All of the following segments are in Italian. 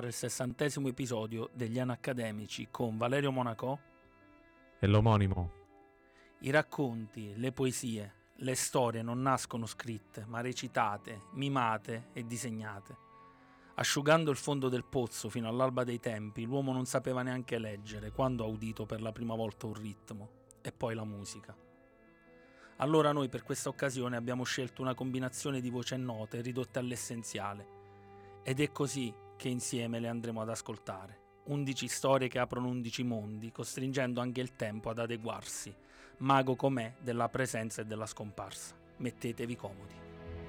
il 60° episodio degli Anacademici con Valerio Monaco e l'omonimo. I racconti, le poesie, le storie non nascono scritte, ma recitate, mimate e disegnate. Asciugando il fondo del pozzo fino all'alba dei tempi, l'uomo non sapeva neanche leggere quando ha udito per la prima volta un ritmo e poi la musica. Allora noi per questa occasione abbiamo scelto una combinazione di voci e note ridotte all'essenziale. Ed è così che insieme le andremo ad ascoltare. 11 storie che aprono 11 mondi, costringendo anche il tempo ad adeguarsi, mago com'è della presenza e della scomparsa. Mettetevi comodi.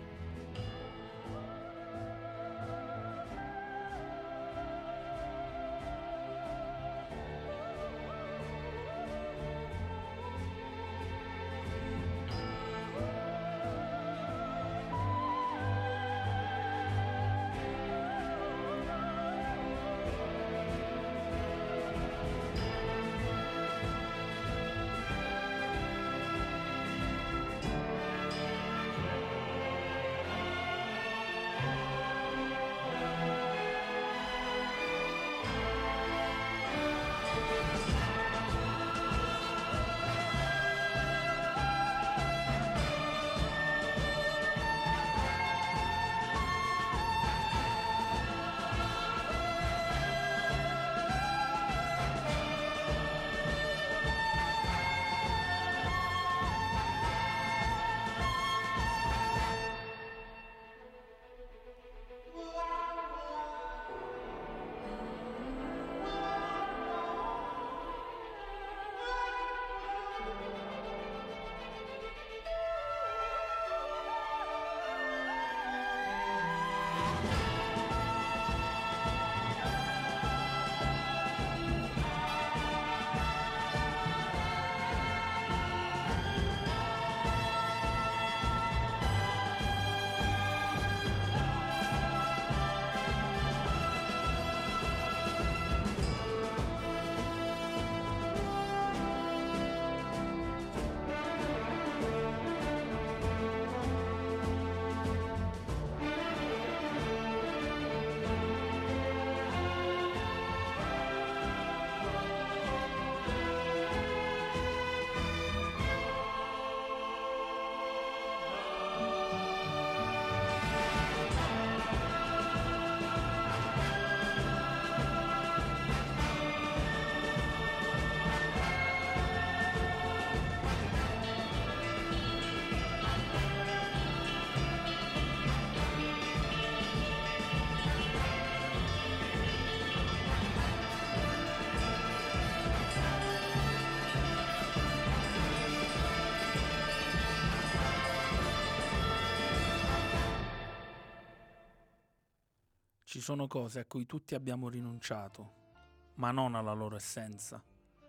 Ci sono cose a cui tutti abbiamo rinunciato, ma non alla loro essenza.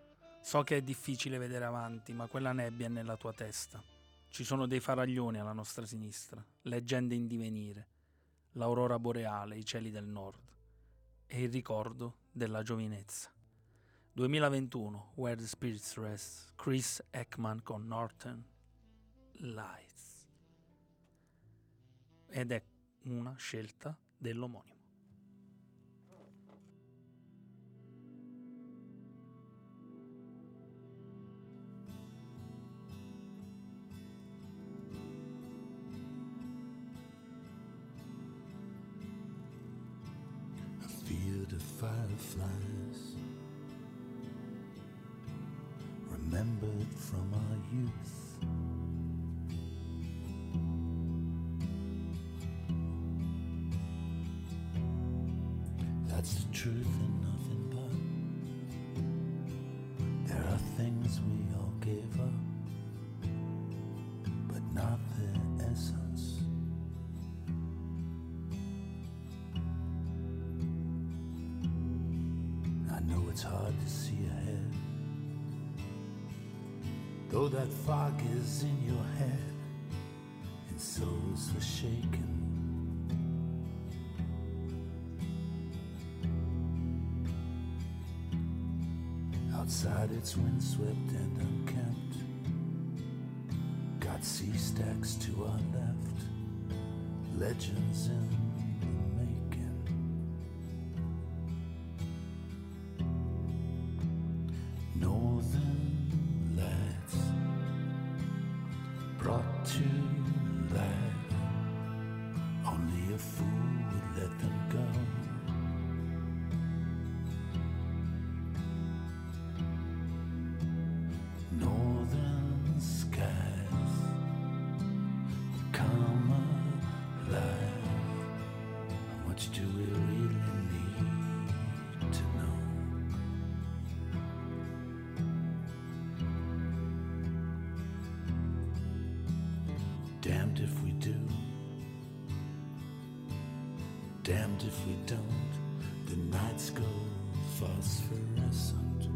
So che è difficile vedere avanti, ma quella nebbia è nella tua testa. Ci sono dei faraglioni alla nostra sinistra, leggende in divenire, l'aurora boreale, i cieli del nord e il ricordo della giovinezza. 2021, Where the Spirits Rest, Chris Ekman con Northern Lights. Ed è una scelta dell'omonimo. Field of fireflies, remembered from our youth. That's the truth and nothing but. There are things we all gave up, but not their essence. I know it's hard to see ahead, though that fog is in your head and souls were shaken. Outside it's windswept and unkempt, got sea stacks to our left, legends in the making. And if we don't, the nights go phosphorescent.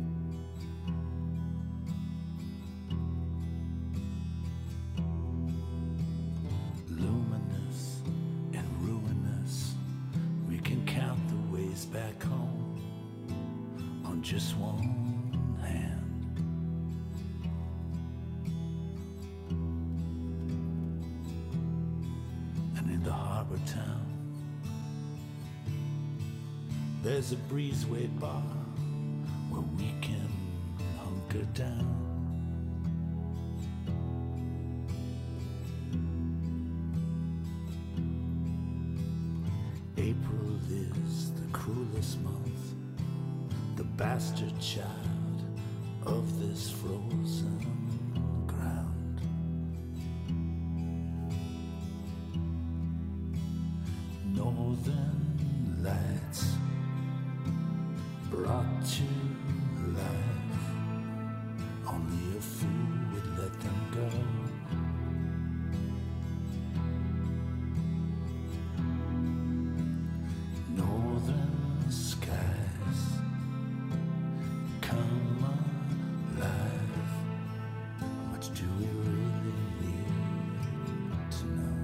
Luminous and ruinous, we can count the ways back home on just one hand. And in the harbor town, there's a breezeway bar where we can hunker down. April is the cruelest month, the bastard child of this frozen ground. Northern lights brought to life, only a fool would let them go. Northern skies come alive. How much do we really need to know?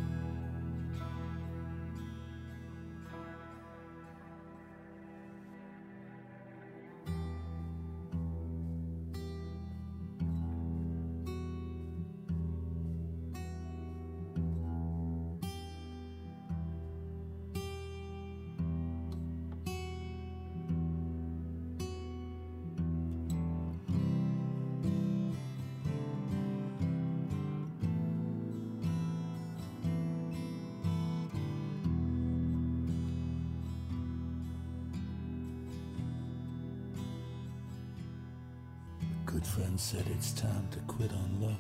Good friend said it's time to quit on love.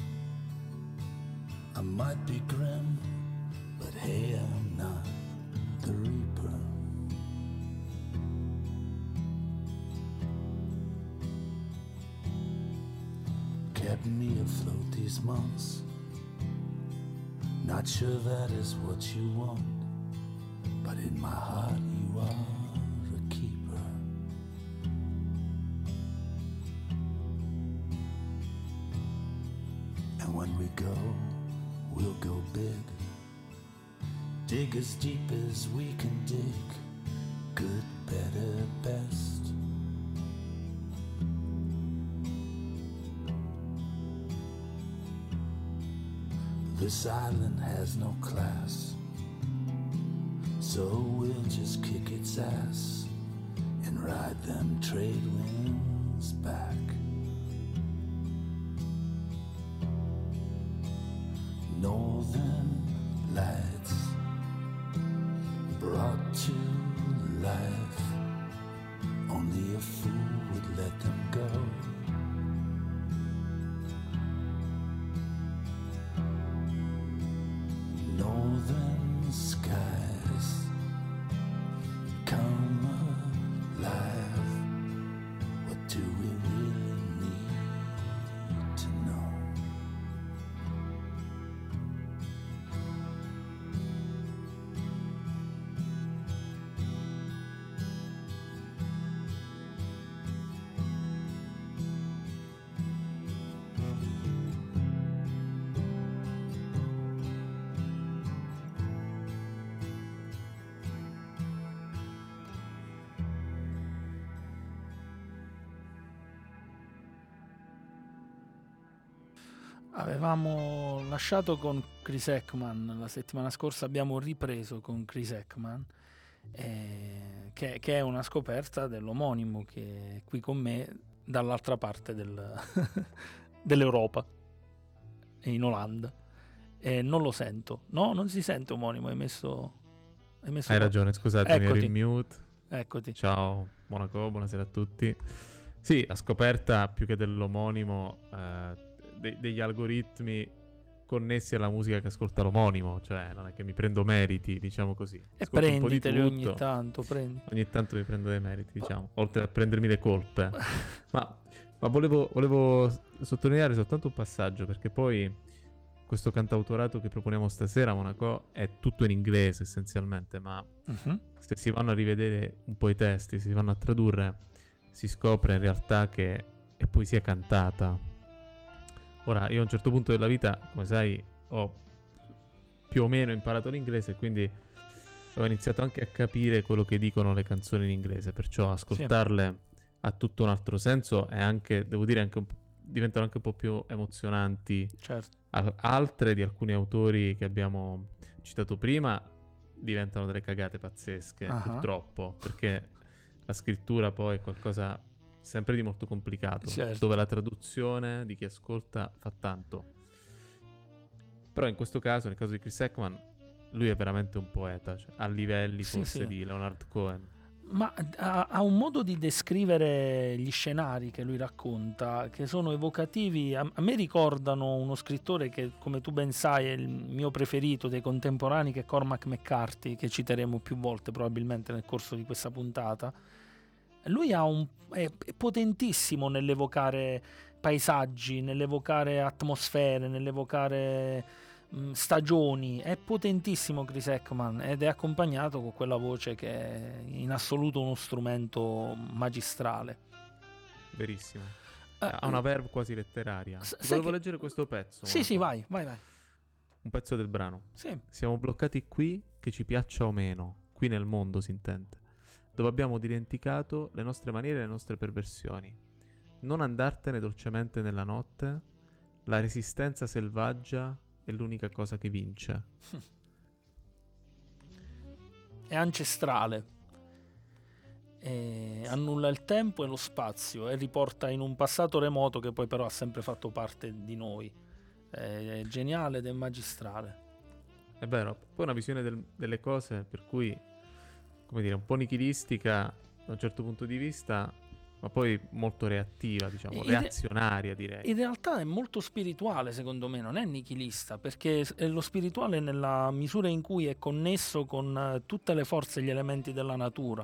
I might be grim, but hey, I'm not the reaper. Kept me afloat these months. Not sure that is what you want, but in my heart you are a keeper. And when we go, we'll go big. Dig as deep as we can dig. Good, better, best. This island has no class, so we'll just kick its ass and ride them trade winds back. Northern lights brought to life, only a fool would let them go. Northern skies come alive. What do we really need to know? Avevamo lasciato con Chris Ekman la settimana scorsa, abbiamo ripreso con Chris Ekman, che è una scoperta dell'omonimo che è qui con me dall'altra parte dell'Europa, in Olanda, e non lo sento. No, non si sente omonimo, hai messo Hai ragione, scusate, mi ero Eccoti. in mute. Eccoti. Ciao, Monaco, buonasera a tutti. Sì, la scoperta più che dell'omonimo, degli algoritmi connessi alla musica che ascolta l'omonimo, cioè non è che mi prendo meriti, diciamo così. E Ascolto un po' di prenditeli ogni tutto. tanto, prendi. Ogni tanto mi prendo dei meriti, diciamo, oltre a prendermi le colpe. Ma volevo sottolineare soltanto un passaggio, perché poi questo cantautorato che proponiamo stasera, Monaco, è tutto in inglese essenzialmente, ma se si vanno a rivedere un po' i testi, si vanno a tradurre, si scopre in realtà che è poesia cantata. Ora, io a un certo punto della vita, come sai, ho più o meno imparato l'inglese, quindi ho iniziato anche a capire quello che dicono le canzoni in inglese, perciò ascoltarle ha tutto un altro senso e anche, devo dire, anche diventano anche un po' più emozionanti. Certo. Altre di alcuni autori che abbiamo citato prima diventano delle cagate pazzesche, purtroppo, perché la scrittura poi è qualcosa sempre di molto complicato, dove la traduzione di chi ascolta fa tanto. Però in questo caso, nel caso di Chris Heckman, lui è veramente un poeta, cioè, a livelli forse di Leonard Cohen. Ma ha un modo di descrivere gli scenari che lui racconta che sono evocativi. A me ricordano uno scrittore che, come tu ben sai, è il mio preferito dei contemporanei, che è Cormac McCarthy, che citeremo più volte probabilmente nel corso di questa puntata. Lui è potentissimo nell'evocare paesaggi, nell'evocare atmosfere, nell'evocare stagioni. È potentissimo Chris Heckman, ed è accompagnato con quella voce che è in assoluto uno strumento magistrale. Verissimo. Ha una verve quasi letteraria. Volevo leggere questo pezzo. Sì, vai. Un pezzo del brano. Sì. Siamo bloccati qui, che ci piaccia o meno, qui nel mondo si intende, dove abbiamo dimenticato le nostre maniere e le nostre perversioni. Non andartene dolcemente nella notte, la resistenza selvaggia è l'unica cosa che vince. È ancestrale, annulla il tempo e lo spazio e riporta in un passato remoto che poi però ha sempre fatto parte di noi. È geniale ed è magistrale. È vero, poi una visione delle cose per cui, come dire, un po' nichilistica da un certo punto di vista, ma poi molto reattiva, diciamo, reazionaria direi. In realtà è molto spirituale, secondo me, non è nichilista, perché è lo spirituale nella misura in cui è connesso con tutte le forze e gli elementi della natura.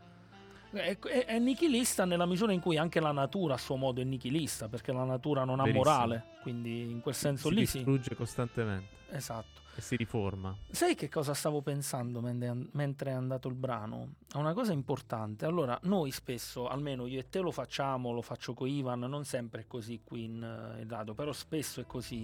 È nichilista nella misura in cui anche la natura a suo modo è nichilista, perché la natura non ha morale, quindi in quel senso si lì distrugge costantemente. Esatto. E si riforma. Sai che cosa stavo pensando mentre è andato il brano? È una cosa importante. Allora, noi spesso, almeno io e te lo facciamo, lo faccio con Ivan, non sempre è così qui in radio, però spesso è così.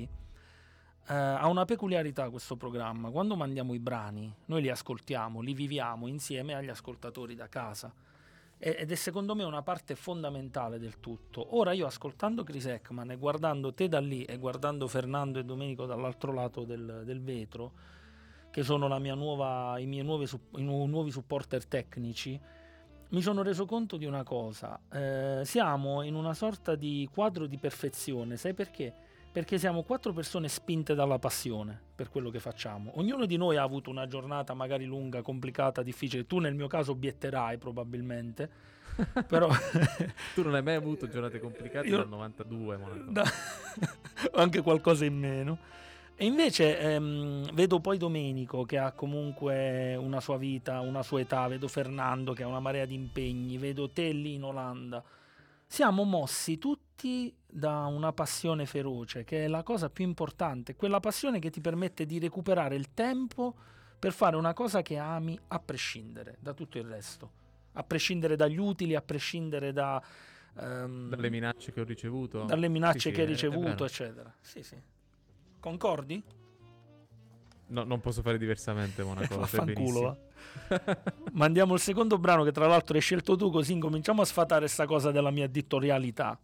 Ha una peculiarità questo programma. Quando mandiamo i brani, noi li ascoltiamo, li viviamo insieme agli ascoltatori da casa. Ed è secondo me una parte fondamentale del tutto. Ora io, ascoltando Chris Heckman e guardando te da lì e guardando Fernando e Domenico dall'altro lato del vetro, che sono i miei nuovi supporter tecnici, mi sono reso conto di una cosa. Siamo in una sorta di quadro di perfezione. Sai perché? Perché siamo 4 persone spinte dalla passione per quello che facciamo. Ognuno di noi ha avuto una giornata magari lunga, complicata, difficile. Tu nel mio caso obietterai probabilmente, però tu non hai mai avuto giornate complicate dal 92, Monaco. Anche qualcosa in meno. E invece vedo poi Domenico che ha comunque una sua vita, una sua età, vedo Fernando che ha una marea di impegni, vedo te lì in Olanda. Siamo mossi tutti da una passione feroce, che è la cosa più importante, quella passione che ti permette di recuperare il tempo per fare una cosa che ami a prescindere da tutto il resto, a prescindere dagli utili, a prescindere dalle minacce che ho ricevuto. Dalle minacce che hai ricevuto, eccetera. Sì. Concordi? No, non posso fare diversamente, Monaco. Vaffanculo. Mandiamo il secondo brano, che tra l'altro hai scelto tu, così incominciamo a sfatare sta cosa della mia dittatorialità.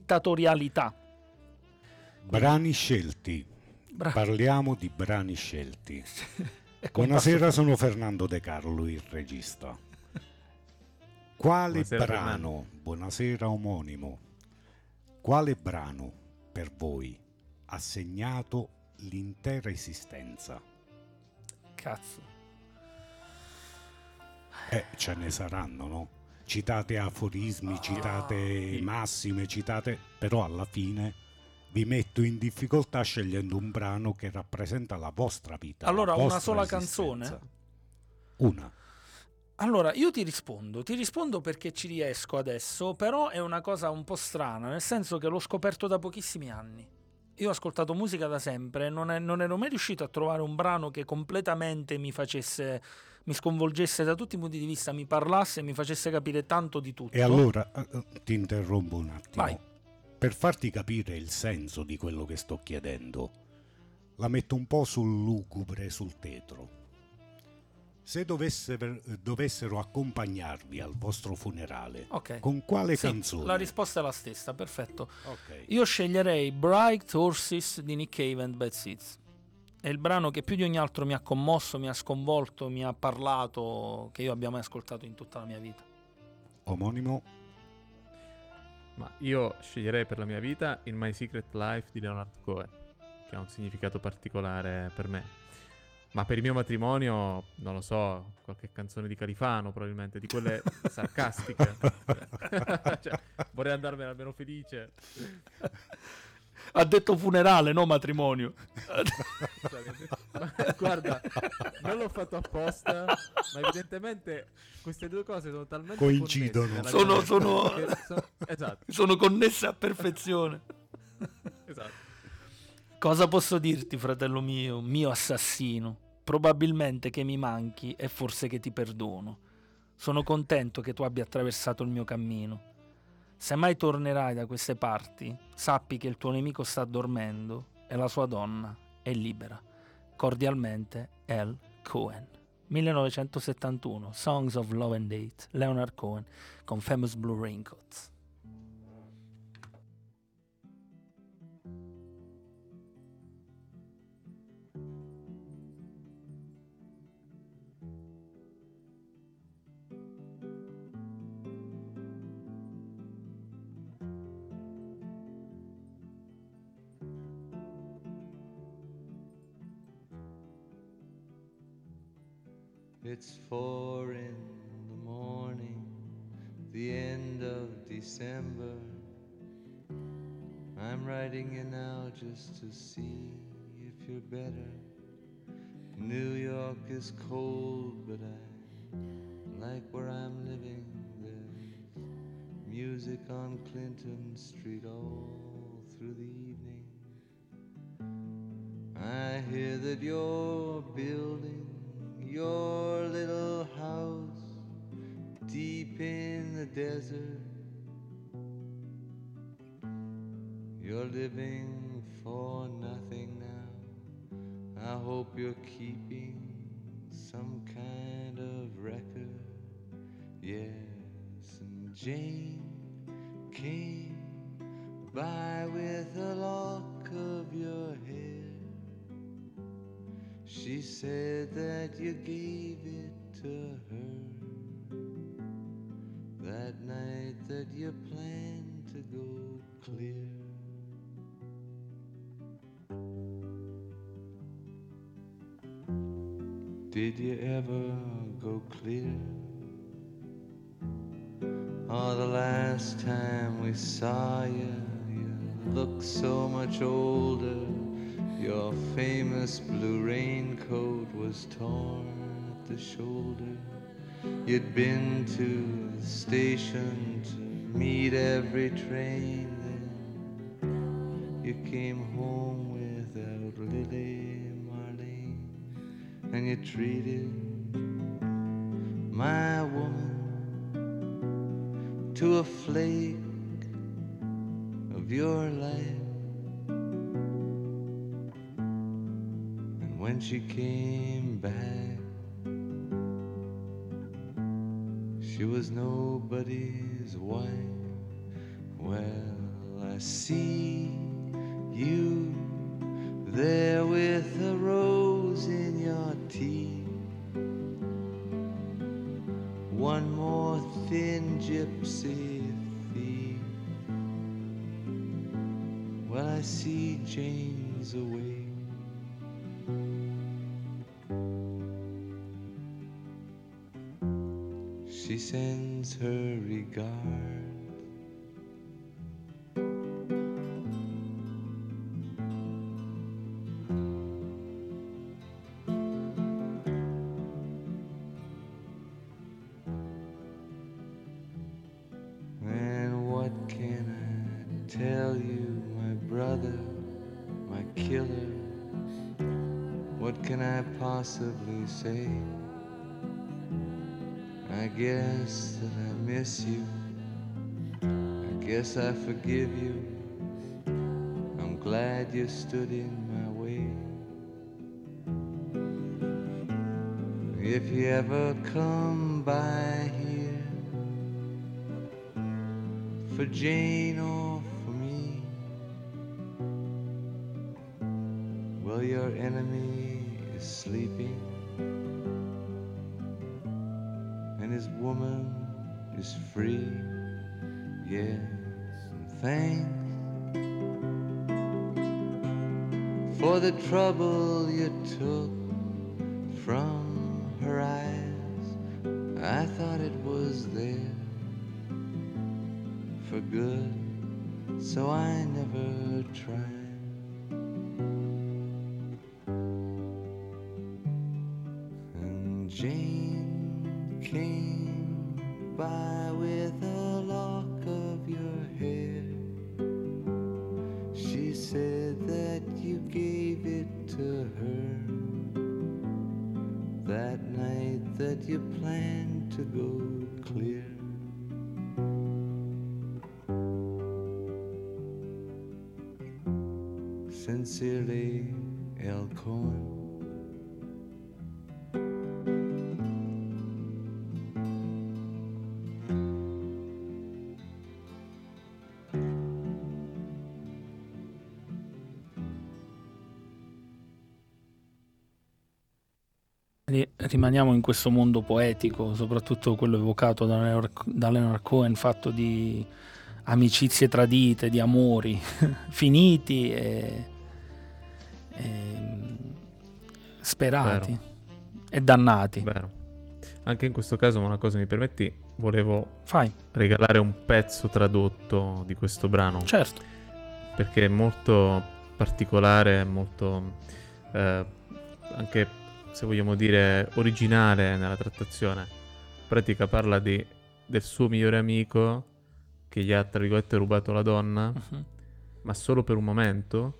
Brani scelti. Parliamo di brani scelti. Buonasera, sono Fernando De Carlo, il regista. Quale brano, buonasera omonimo, quale brano per voi ha segnato l'intera esistenza? Cazzo. Ce ne saranno, no? Citate aforismi, citate massime, citate... Però alla fine vi metto in difficoltà scegliendo un brano che rappresenta la vostra vita. Allora, la vostra una sola esistenza. canzone? Una. Allora, io ti rispondo perché ci riesco adesso, però è una cosa un po' strana, nel senso che l'ho scoperto da pochissimi anni. Io ho ascoltato musica da sempre e non ero mai riuscito a trovare un brano che completamente mi sconvolgesse da tutti i punti di vista, mi parlasse e mi facesse capire tanto di tutto. E allora ti interrompo un attimo. Vai. Per farti capire il senso di quello che sto chiedendo, la metto un po' sul lugubre, sul tetro. Se dovessero accompagnarvi al vostro funerale, Ok. con quale Sì, canzone? la risposta è la stessa, perfetto. Ok. Io sceglierei Bright Horses di Nick Cave and Bad Seeds. È il brano che più di ogni altro mi ha commosso, mi ha sconvolto, mi ha parlato, che io abbia mai ascoltato in tutta la mia vita. Omonimo? Ma io sceglierei per la mia vita il My Secret Life di Leonard Cohen, che ha un significato particolare per me. Ma per il mio matrimonio, non lo so, qualche canzone di Califano probabilmente, di quelle sarcastiche. Cioè, vorrei andarmene almeno felice. Ha detto funerale, no matrimonio. Ma, guarda, non l'ho fatto apposta, ma evidentemente queste due cose sono talmente Coincidono. Esatto, Sono connesse a perfezione. esatto. Cosa posso dirti, fratello mio assassino? Probabilmente che mi manchi e forse che ti perdono. Sono contento che tu abbia attraversato il mio cammino. Se mai tornerai da queste parti, sappi che il tuo nemico sta dormendo e la sua donna è libera. Cordialmente, L. Cohen. 1971, Songs of Love and Hate, Leonard Cohen, con Famous Blue Raincoats. It's 4 in the morning, the end of December. I'm writing you now just to see if you're better. New York is cold, but I like where I'm living. There's music on Clinton Street all through the evening. I hear that you're building your little house deep in the desert. You're living for nothing now. I hope you're keeping some kind of record. Yes, and Jane came by with a lock of your hair. She said that you gave it to her that night that you planned to go clear. Did you ever go clear? Oh, the last time we saw you, you looked so much older. Your famous blue raincoat was torn at the shoulder. You'd been to the station to meet every train. Then you came home without Lily Marlene, and you treated my woman to a flake of your life. When she came back, she was nobody's wife. Well, I see you there with a rose in your teeth. One more thin gypsy thief. Well, I see Jane's away. She sends her regards. And what can I tell you, my brother? killer. What can I possibly say? I guess that I miss you. I guess I forgive you. I'm glad you stood in my way. If you ever come by here for Jane or for me, well, your enemy is sleeping and his woman is free. Yes, and thanks for the trouble you took from her eyes. I thought it was there for good, so I never tried. And Jane came by with a lock of your hair. She said that you gave it to her that night that you planned to go clear. Sincerely, L. Cohen. Rimaniamo in questo mondo poetico, soprattutto quello evocato da Leonard Cohen, fatto di amicizie tradite, di amori finiti e sperati. Vero. E dannati. Vero. Anche in questo caso, una cosa mi permetti, volevo Fai, regalare un pezzo tradotto di questo brano, certo. perché è molto particolare, molto anche, se vogliamo dire, originale nella trattazione. In pratica parla del suo migliore amico che gli ha, tra virgolette, rubato la donna, Mhm. ma solo per un momento,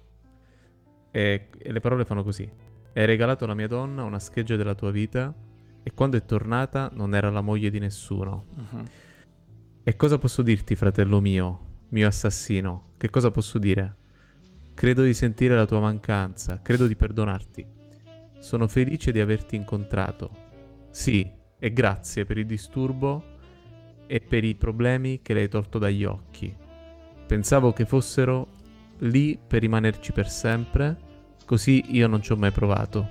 e le parole fanno così: hai regalato alla mia donna una scheggia della tua vita e quando è tornata non era la moglie di nessuno. Mhm. E cosa posso dirti, fratello mio assassino? Che cosa posso dire? Credo di sentire la tua mancanza, credo di perdonarti. Sono felice di averti incontrato. Sì, e grazie per il disturbo e per i problemi che le hai tolto dagli occhi. Pensavo che fossero lì per rimanerci per sempre, così io non ci ho mai provato.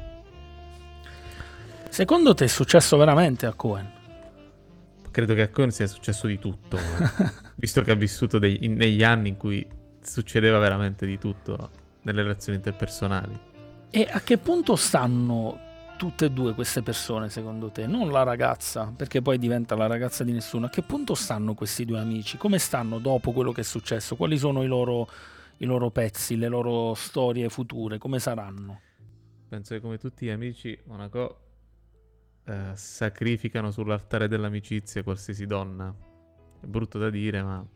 Secondo te è successo veramente a Cohen? Credo che a Cohen sia successo di tutto, visto che ha vissuto negli anni in cui succedeva veramente di tutto nelle relazioni interpersonali. E a che punto stanno tutte e due queste persone, secondo te? Non la ragazza, perché poi diventa la ragazza di nessuno. A che punto stanno questi due amici? Come stanno dopo quello che è successo? Quali sono i loro pezzi, le loro storie future? Come saranno? Penso che, come tutti gli amici, Monaco sacrificano sull'altare dell'amicizia qualsiasi donna. È brutto da dire, ma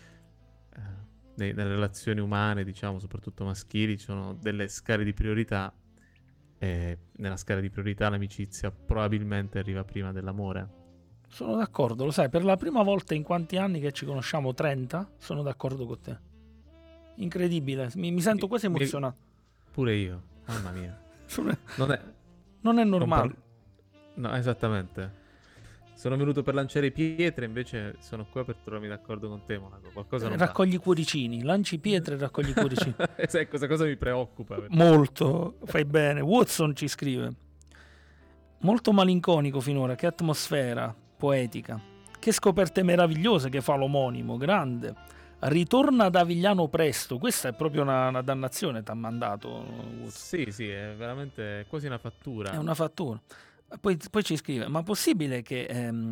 nelle relazioni umane, diciamo, soprattutto maschili, ci sono delle scale di priorità, e nella scala di priorità l'amicizia probabilmente arriva prima dell'amore. Sono d'accordo, lo sai, per la prima volta in quanti anni che ci conosciamo, 30, sono d'accordo con te. Incredibile, mi sento quasi emozionato. Pure io, mamma mia. Non Non è normale. No, esattamente. Sono venuto per lanciare pietre, invece sono qua per trovarmi d'accordo con te, Monaco. Qualcosa non va. Raccogli cuoricini, lanci pietre e raccogli cuoricini. Sai, questa cosa mi preoccupa. Molto, fai bene. Watson ci scrive: molto malinconico finora, che atmosfera poetica, che scoperte meravigliose che fa l'omonimo, grande. Ritorna ad Avigliano presto. Questa è proprio una dannazione, t'ha mandato Watson. Sì, è veramente quasi una fattura. È una fattura. Poi ci scrive: ma possibile che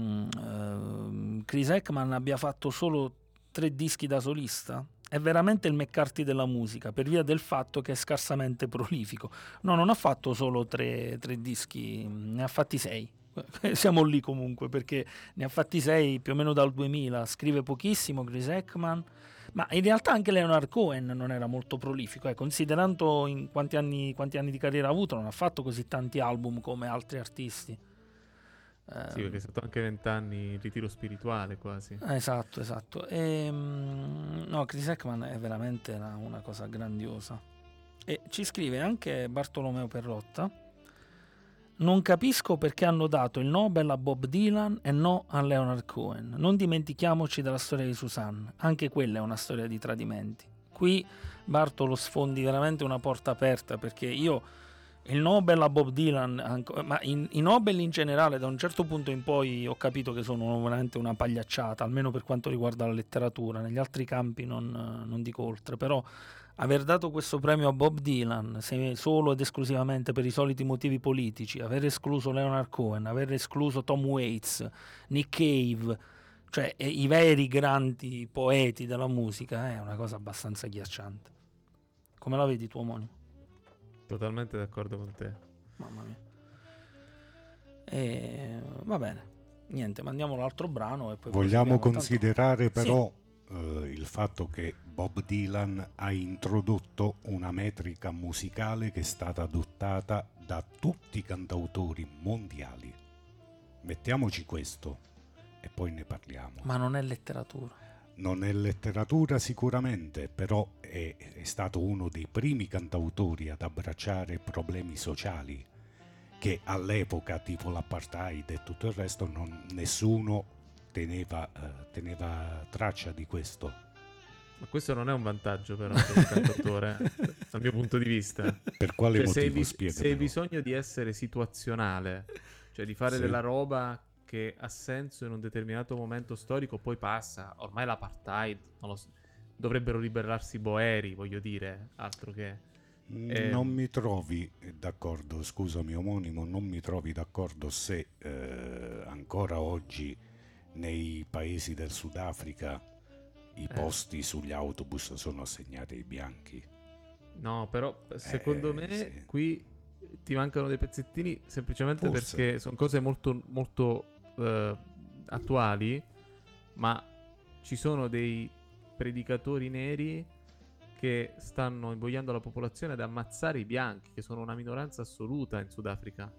Chris Ekman abbia fatto solo 3 dischi da solista? È veramente il McCarthy della musica, per via del fatto che è scarsamente prolifico. No, non ha fatto solo 3 dischi, ne ha fatti 6. Siamo lì comunque, perché ne ha fatti 6 più o meno dal 2000. Scrive pochissimo Chris Ekman, Ma in realtà anche Leonard Cohen non era molto prolifico, considerando in quanti anni di carriera ha avuto, non ha fatto così tanti album come altri artisti. Sì, perché è stato anche 20 anni in ritiro spirituale quasi. Esatto. No, Chris Heckman è veramente una cosa grandiosa. E ci scrive anche Bartolomeo Perrotta: non capisco perché hanno dato il Nobel a Bob Dylan e no a Leonard Cohen. Non dimentichiamoci della storia di Suzanne, anche quella è una storia di tradimenti. Qui Bartolo sfondi veramente una porta aperta, perché io il Nobel a Bob Dylan, ma i Nobel in generale, da un certo punto in poi ho capito che sono veramente una pagliacciata, almeno per quanto riguarda la letteratura. Negli altri campi non dico oltre, però aver dato questo premio a Bob Dylan solo ed esclusivamente per i soliti motivi politici, aver escluso Leonard Cohen, aver escluso Tom Waits, Nick Cave, cioè i veri grandi poeti della musica, è una cosa abbastanza ghiacciante. Come la vedi tu, omonimo? Totalmente d'accordo con te. Mamma mia. Va bene, niente, mandiamo l'altro brano e poi vogliamo proseguiamo. considerare Tanto... però il fatto che Bob Dylan ha introdotto una metrica musicale che è stata adottata da tutti i cantautori mondiali. Mettiamoci questo e poi ne parliamo. Ma non è letteratura. Non è letteratura sicuramente, però è stato uno dei primi cantautori ad abbracciare problemi sociali che all'epoca, tipo l'apartheid e tutto il resto, nessuno teneva traccia di questo. Ma questo non è un vantaggio però per il cantautore, dal mio punto di vista. Per quale Cioè, motivo? se hai bisogno di essere situazionale, cioè di fare Sì. della roba che ha senso in un determinato momento storico, poi passa. Ormai l'apartheid, dovrebbero liberarsi i boeri, voglio dire, altro che... Non mi trovi d'accordo, scusami omonimo, non mi trovi d'accordo se ancora oggi nei paesi del Sudafrica i posti sugli autobus sono assegnati ai bianchi. No, però secondo me sì. qui ti mancano dei pezzettini semplicemente Forse. perché sono cose molto, molto attuali, ma ci sono dei predicatori neri che stanno invogliando la popolazione ad ammazzare i bianchi, che sono una minoranza assoluta in Sudafrica.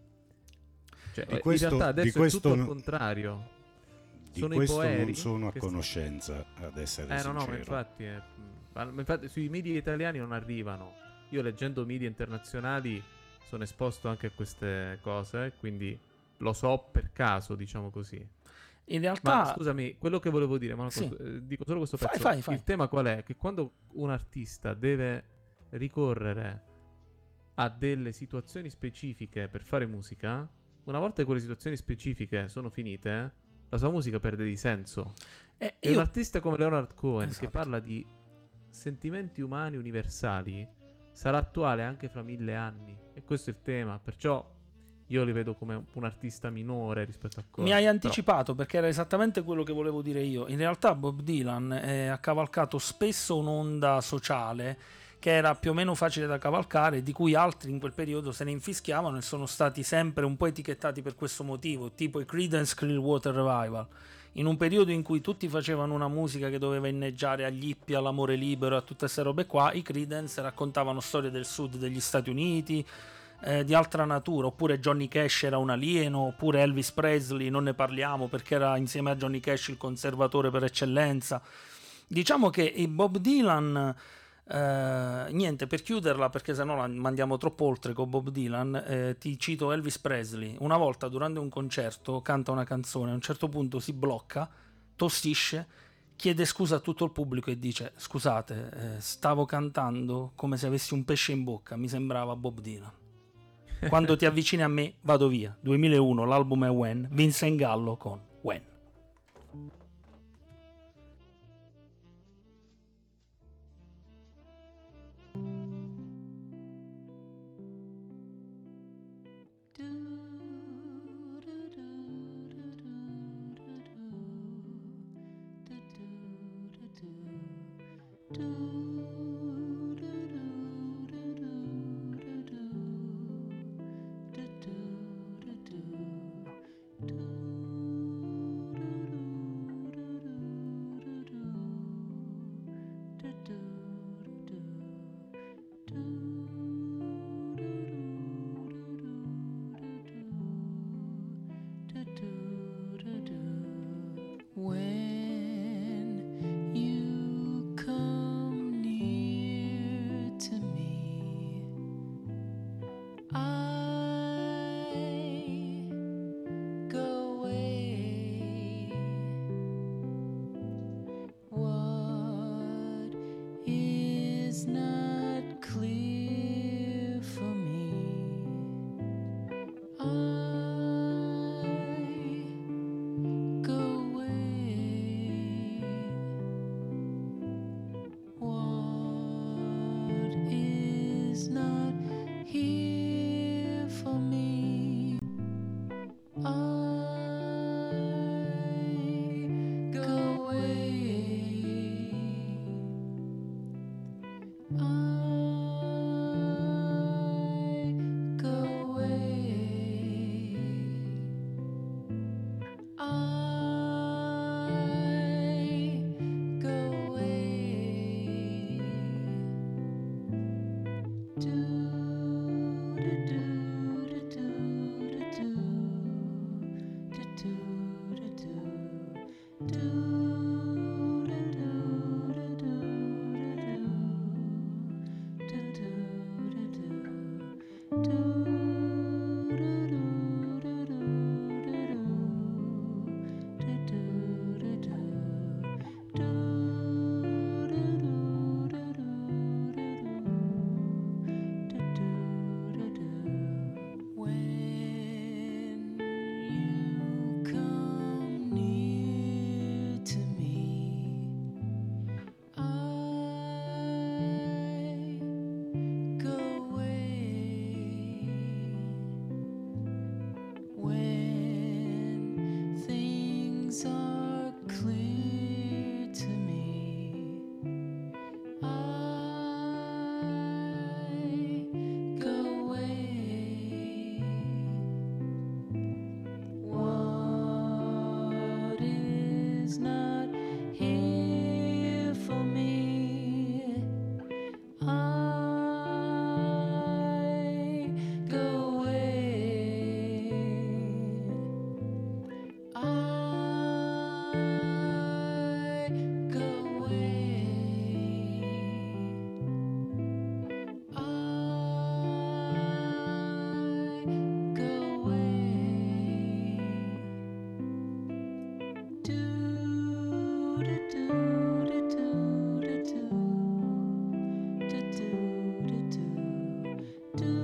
Cioè, in realtà adesso è tutto al contrario. Di sono questo i poeri non sono a conoscenza, ad essere sincero. No, ma infatti sui media italiani non arrivano. Io leggendo media internazionali sono esposto anche a queste cose, quindi lo so per caso, diciamo così. In realtà... Ma scusami, quello che volevo dire, dico solo questo pezzo. Fai. Il tema qual è? Che quando un artista deve ricorrere a delle situazioni specifiche per fare musica, una volta che quelle situazioni specifiche sono finite, la sua musica perde di senso. E un artista come Leonard Cohen, esatto, che parla di sentimenti umani universali, sarà attuale anche fra 1000 anni. E questo è il tema. Perciò io li vedo come un artista minore rispetto a Cohen. Mi hai anticipato, perché era esattamente quello che volevo dire io. In realtà Bob Dylan ha cavalcato spesso un'onda sociale che era più o meno facile da cavalcare, di cui altri in quel periodo se ne infischiavano e sono stati sempre un po' etichettati per questo motivo, tipo i Creedence Clearwater Revival. In un periodo in cui tutti facevano una musica che doveva inneggiare agli hippie, all'amore libero, a tutte queste robe qua, i Creedence raccontavano storie del sud degli Stati Uniti, di altra natura. Oppure Johnny Cash era un alieno, oppure Elvis Presley, non ne parliamo perché era insieme a Johnny Cash il conservatore per eccellenza. Diciamo che il Bob Dylan, niente, per chiuderla, perché sennò la mandiamo troppo oltre con Bob Dylan, ti cito Elvis Presley. Una volta durante un concerto canta una canzone, a un certo punto si blocca, tossisce, chiede scusa a tutto il pubblico e dice: scusate, stavo cantando come se avessi un pesce in bocca, mi sembrava Bob Dylan. Quando ti avvicini a me vado via. 2001, l'album è When, Vincent Gallo con When. is not clear for me. I go away. What is not here for me? I go away. I go away. I go away. Do do do do do do do do do When you come near to me, I go away. When things are clear to me, I go away. What is not here for me? I go away. I go away. I go away. Do do do do do do do do do do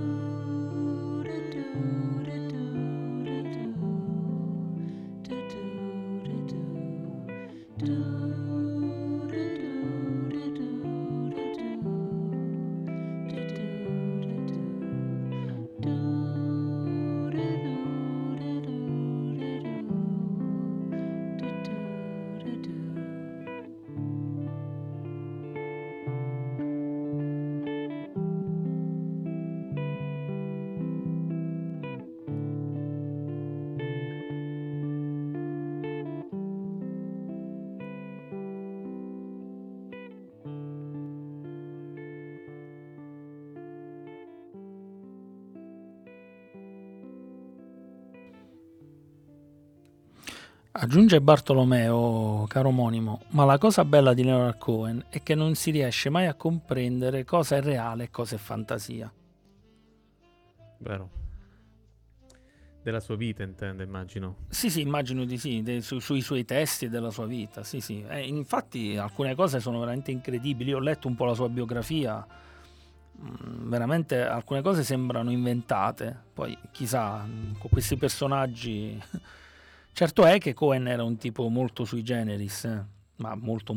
Aggiunge Bartolomeo, caro omonimo, ma la cosa bella di Leonard Cohen è che non si riesce mai a comprendere cosa è reale e cosa è fantasia. Vero. Della sua vita intende, immagino. Sì, immagino di sì, sui suoi testi e della sua vita, sì. Infatti alcune cose sono veramente incredibili, io ho letto un po' la sua biografia, veramente alcune cose sembrano inventate, poi chissà, con questi personaggi... Certo è che Cohen era un tipo molto sui generis, ma molto,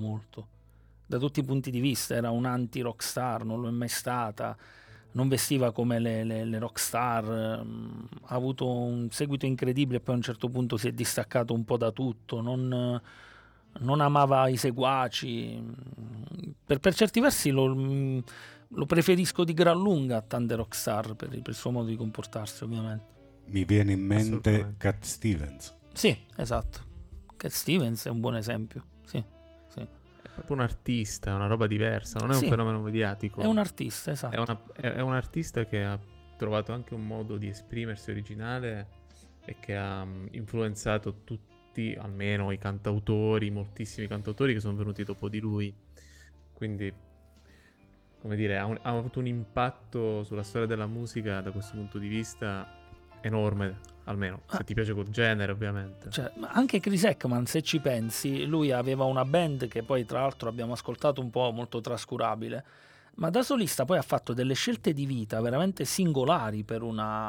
da tutti i punti di vista, era un anti-rockstar, non lo è mai stata, non vestiva come le rockstar, ha avuto un seguito incredibile e poi a un certo punto si è distaccato un po' da tutto, non amava i seguaci, per certi versi lo preferisco di gran lunga a tante rockstar per il suo modo di comportarsi, ovviamente. Mi viene in mente Cat Stevens. Sì, esatto. Cat Stevens è un buon esempio, sì. È proprio un artista, è una roba diversa, non è un fenomeno mediatico. È un artista, esatto. È un artista che ha trovato anche un modo di esprimersi originale e che ha influenzato tutti, almeno i cantautori, moltissimi cantautori che sono venuti dopo di lui. Quindi, come dire, ha avuto un impatto sulla storia della musica da questo punto di vista enorme. Almeno, se ti piace quel genere, ovviamente. Cioè, anche Chris Heckman, se ci pensi, lui aveva una band che poi tra l'altro abbiamo ascoltato un po' molto trascurabile, Ma da solista poi ha fatto delle scelte di vita veramente singolari per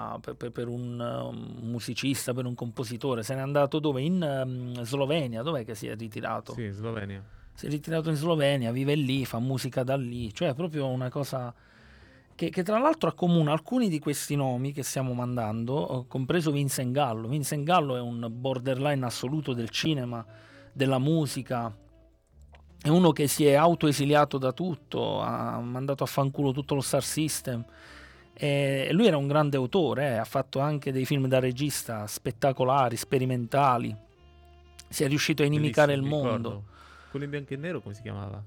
un musicista, per un compositore. Se n'è andato dove? In Slovenia, dov'è che si è ritirato? Sì, Slovenia. Si è ritirato in Slovenia, vive lì, fa musica da lì, cioè è proprio una cosa che tra l'altro accomuna alcuni di questi nomi che stiamo mandando, compreso Vincent Gallo. Vincent Gallo è un borderline assoluto del cinema, della musica, è uno che si è autoesiliato da tutto, ha mandato a fanculo tutto lo Star System. E lui era un grande autore, ha fatto anche dei film da regista spettacolari, sperimentali, si è riuscito a inimicare il Bellissimo, mi mondo. ricordo. Quello in bianco e nero come si chiamava?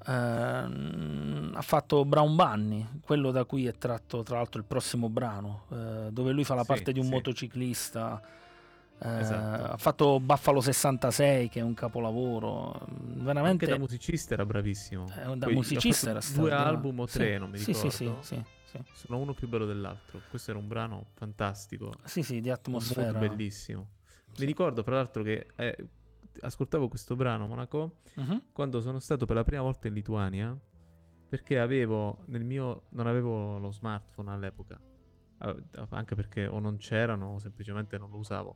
Ha fatto Brown Bunny, quello da cui è tratto tra l'altro il prossimo brano, dove lui fa la Sì, parte di un sì. motociclista. Esatto. Ha fatto Buffalo 66, che è un capolavoro. Anche Veramente da musicista era bravissimo. da Poi musicista ha era fatto 2 straordinario. album o 3, non mi Sì, ricordo. sì. Sono uno più bello dell'altro. Questo era un brano fantastico, Sì, di un mood atmosfera. bellissimo. Sì. Mi ricordo, fra l'altro, che ascoltavo questo brano, Monaco, Mhm. quando sono stato per la prima volta in Lituania, perché non avevo lo smartphone all'epoca, anche perché o non c'erano o semplicemente non lo usavo.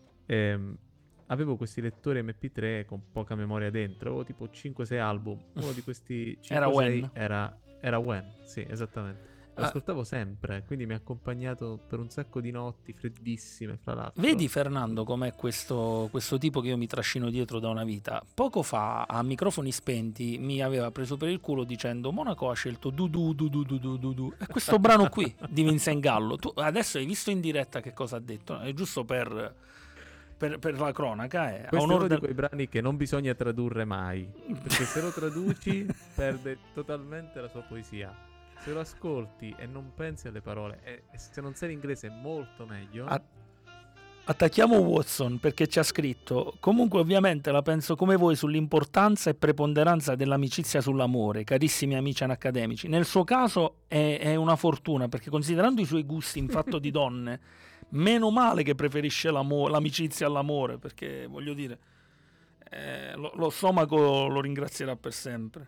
Avevo questi lettori MP3 con poca memoria dentro, avevo tipo 5-6 album. Uno di questi 5-6 Era When. era When, sì, esattamente. Lo Ah. ascoltavo sempre, quindi mi ha accompagnato per un sacco di notti freddissime, fra l'altro. Vedi Fernando com'è questo tipo che io mi trascino dietro da una vita. Poco fa a microfoni spenti mi aveva preso per il culo dicendo Monaco ha scelto du du du du du du du du. E questo brano qui di Vincent Gallo. Tu adesso hai visto in diretta che cosa ha detto? È giusto per la cronaca. A Questo è onor uno di del... quei brani che non bisogna tradurre mai, perché se lo traduci perde totalmente la sua poesia. Se lo ascolti e non pensi alle parole, e se non sai l'inglese è molto meglio. Attacchiamo Watson perché ci ha scritto: comunque ovviamente la penso come voi sull'importanza e preponderanza dell'amicizia sull'amore, carissimi amici anacademici. Nel suo caso è una fortuna, perché considerando i suoi gusti in fatto di donne, meno male che preferisce l'amicizia all'amore, perché voglio dire, lo stomaco lo ringrazierà per sempre.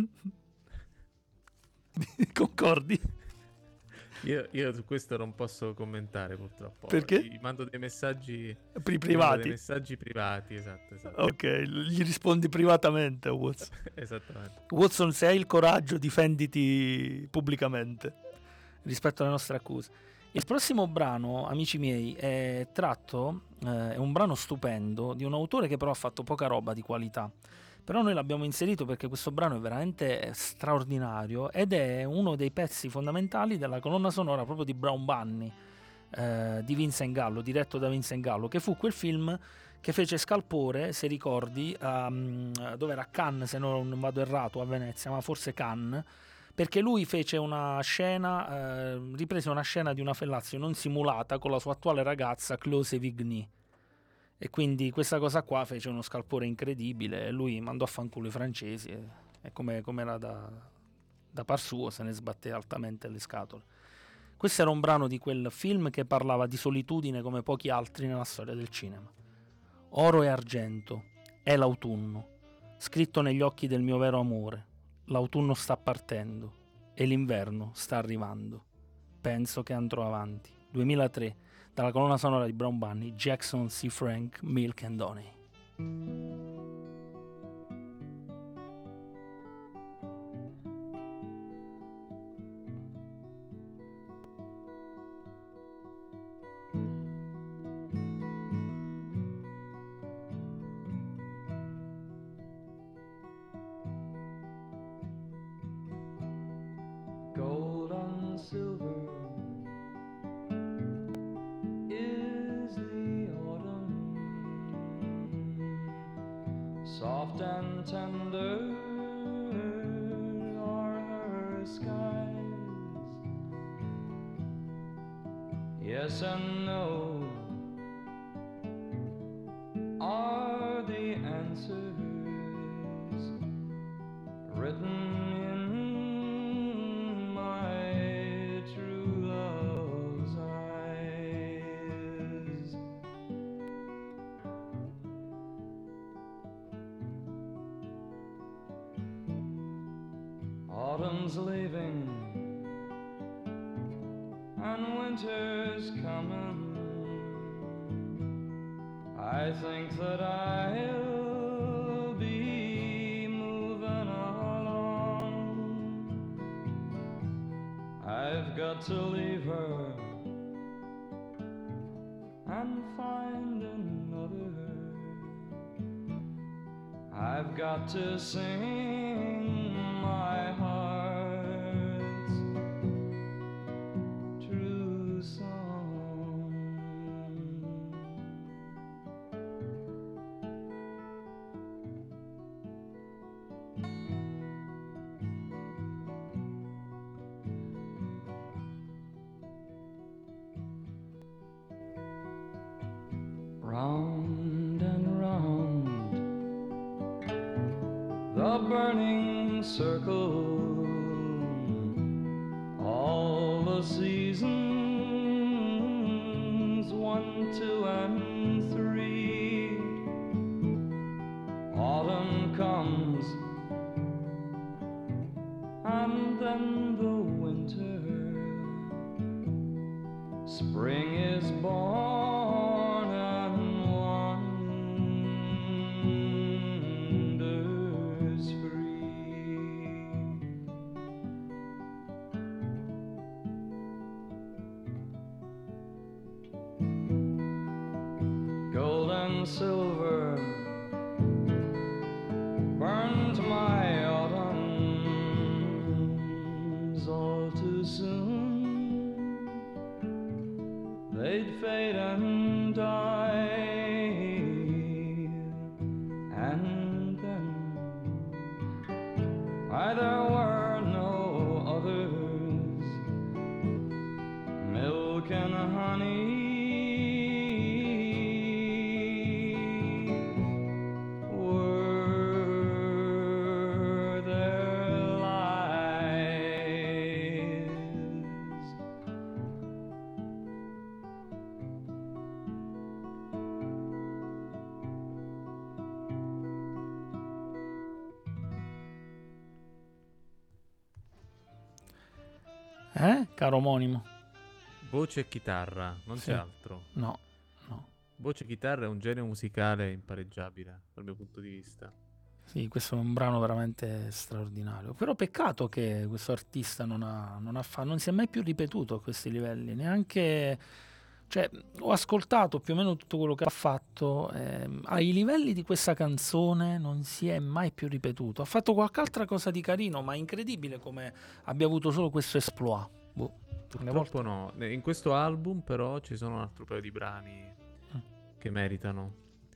Concordi? Io su questo non posso commentare purtroppo. Perché? Gli mando dei messaggi Privati. Dei messaggi privati, esatto. Ok, gli rispondi privatamente a Watson. Esattamente. Watson, se hai il coraggio, difenditi pubblicamente rispetto alle nostre accuse. Il prossimo brano, amici miei, è un brano stupendo di un autore che però ha fatto poca roba di qualità. Però noi l'abbiamo inserito perché questo brano è veramente straordinario ed è uno dei pezzi fondamentali della colonna sonora proprio di Brown Bunny, di Vincent Gallo, diretto da Vincent Gallo, che fu quel film che fece scalpore, se ricordi, dove era Cannes, se non vado errato, a Venezia, ma forse Cannes, perché lui fece una scena, riprese una scena di una fellatio non simulata con la sua attuale ragazza Chloé Sevigny. E quindi questa cosa qua fece uno scalpore incredibile e lui mandò a fanculo i francesi e come era da par suo se ne sbatté altamente le scatole. Questo era un brano di quel film che parlava di solitudine come pochi altri nella storia del cinema. Oro e argento, è l'autunno, scritto negli occhi del mio vero amore. L'autunno sta partendo e l'inverno sta arrivando. Penso che andrò avanti. 2003, dalla colonna sonora di Brown Bunny, Jackson C. Frank, Milk and Honey. Gold on silver is the autumn, soft and tender are her skies. Yes and no are the answers written in my true love's eyes. Autumn's leaving and winter's coming. I think that I'll be moving along. I've got to leave her and find another. I've got to sing my heart's true song. Round and round the burning circle, all the seasons, 1, 2, and 3. Autumn comes, and then the winter. Spring is born and wanders free. Gold and silver burned my autumns all too soon. They'd fade and die, and then why there were no others. Milk and honey were their lives. Caro omonimo? Voce e chitarra, non Sì. c'è altro. No, no. Voce e chitarra è un genere musicale impareggiabile, dal mio punto di vista. Sì, questo è un brano veramente straordinario. Però peccato che questo artista non si è mai più ripetuto a questi livelli, neanche. Cioè, ho ascoltato più o meno tutto quello che ha fatto, ai livelli di questa canzone non si è mai più ripetuto. Ha fatto qualche altra cosa di carino, ma è incredibile come abbia avuto solo questo exploit. Boh, alle volte- Purtroppo no. In questo album però ci sono un altro paio di brani che meritano.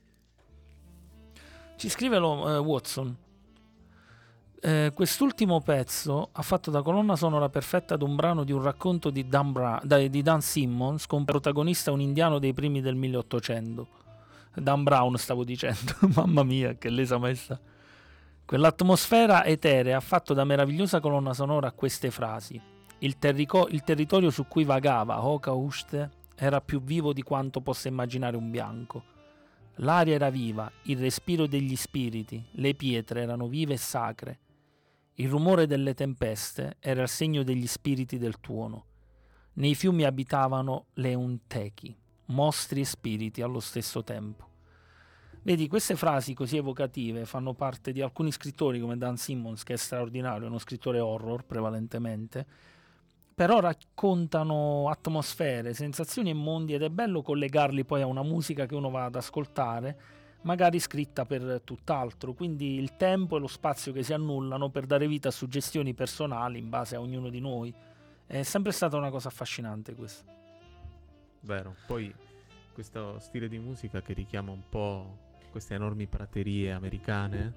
Ci scrive Watson. Quest'ultimo pezzo ha fatto da colonna sonora perfetta ad un brano di un racconto di Dan Simmons, con protagonista un indiano dei primi del 1800. Dan Brown stavo dicendo, mamma mia che lesa maestra. Quell'atmosfera eterea ha fatto da meravigliosa colonna sonora a queste frasi. Il territorio su cui vagava Hoka Uste era più vivo di quanto possa immaginare un bianco. L'aria era viva, il respiro degli spiriti, le pietre erano vive e sacre. Il rumore delle tempeste era il segno degli spiriti del tuono. Nei fiumi abitavano le Unteki, mostri e spiriti allo stesso tempo. Vedi, queste frasi così evocative fanno parte di alcuni scrittori come Dan Simmons, che è straordinario, è uno scrittore horror prevalentemente, però raccontano atmosfere, sensazioni e mondi, ed è bello collegarli poi a una musica che uno va ad ascoltare, magari scritta per tutt'altro, quindi il tempo e lo spazio che si annullano per dare vita a suggestioni personali in base a ognuno di noi. È sempre stata una cosa affascinante questa. Vero. Poi questo stile di musica che richiama un po' queste enormi praterie americane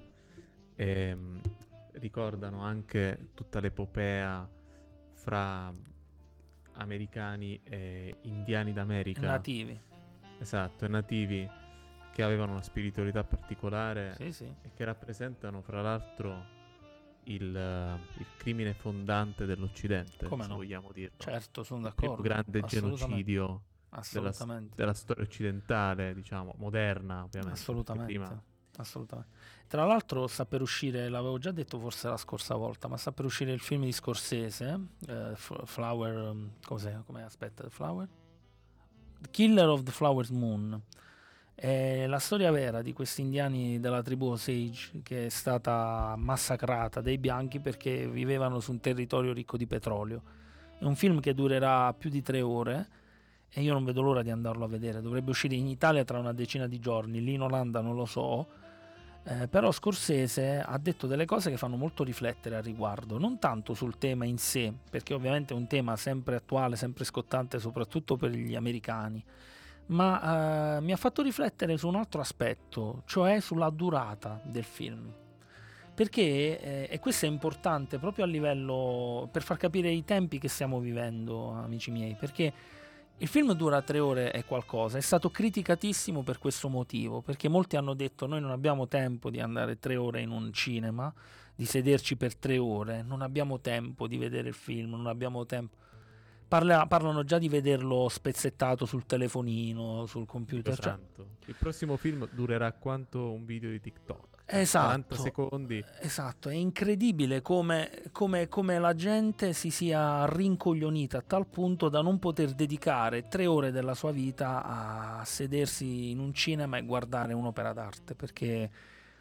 ricordano anche tutta l'epopea fra americani e indiani d'America. Nativi. Esatto, e nativi che avevano una spiritualità particolare Sì, sì. e che rappresentano fra l'altro il crimine fondante dell'Occidente, Come se no? vogliamo dirlo. Certo, sono Il primo d'accordo. grande genocidio Assolutamente. della storia occidentale, diciamo, moderna ovviamente. Assolutamente. perché prima assolutamente. Tra l'altro sta per uscire, l'avevo già detto forse la scorsa volta, ma sta per uscire il film di Scorsese, Flower, come aspetta, The Flower? The Killer of the Flower's Moon. È la storia vera di questi indiani della tribù Osage che è stata massacrata dai bianchi perché vivevano su un territorio ricco di petrolio. È un film che durerà più di 3 ore e io non vedo l'ora di andarlo a vedere. Dovrebbe uscire in Italia tra una decina di giorni, lì in Olanda non lo so. Però Scorsese ha detto delle cose che fanno molto riflettere al riguardo, non tanto sul tema in sé, perché ovviamente è un tema sempre attuale, sempre scottante, soprattutto per gli americani, ma mi ha fatto riflettere su un altro aspetto, cioè sulla durata del film. Perché, e questo è importante proprio a livello, per far capire i tempi che stiamo vivendo, amici miei, perché il film dura 3 ore e qualcosa, è stato criticatissimo per questo motivo, perché molti hanno detto noi non abbiamo tempo di andare 3 ore in un cinema, di sederci per 3 ore, non abbiamo tempo di vedere il film, non abbiamo tempo. Parlano già di vederlo spezzettato sul telefonino, sul computer. Dio santo. Il prossimo film durerà quanto un video di TikTok. Esatto, 40 secondi. Esatto, è incredibile come la gente si sia rincoglionita a tal punto da non poter dedicare 3 ore della sua vita a sedersi in un cinema e guardare un'opera d'arte, perché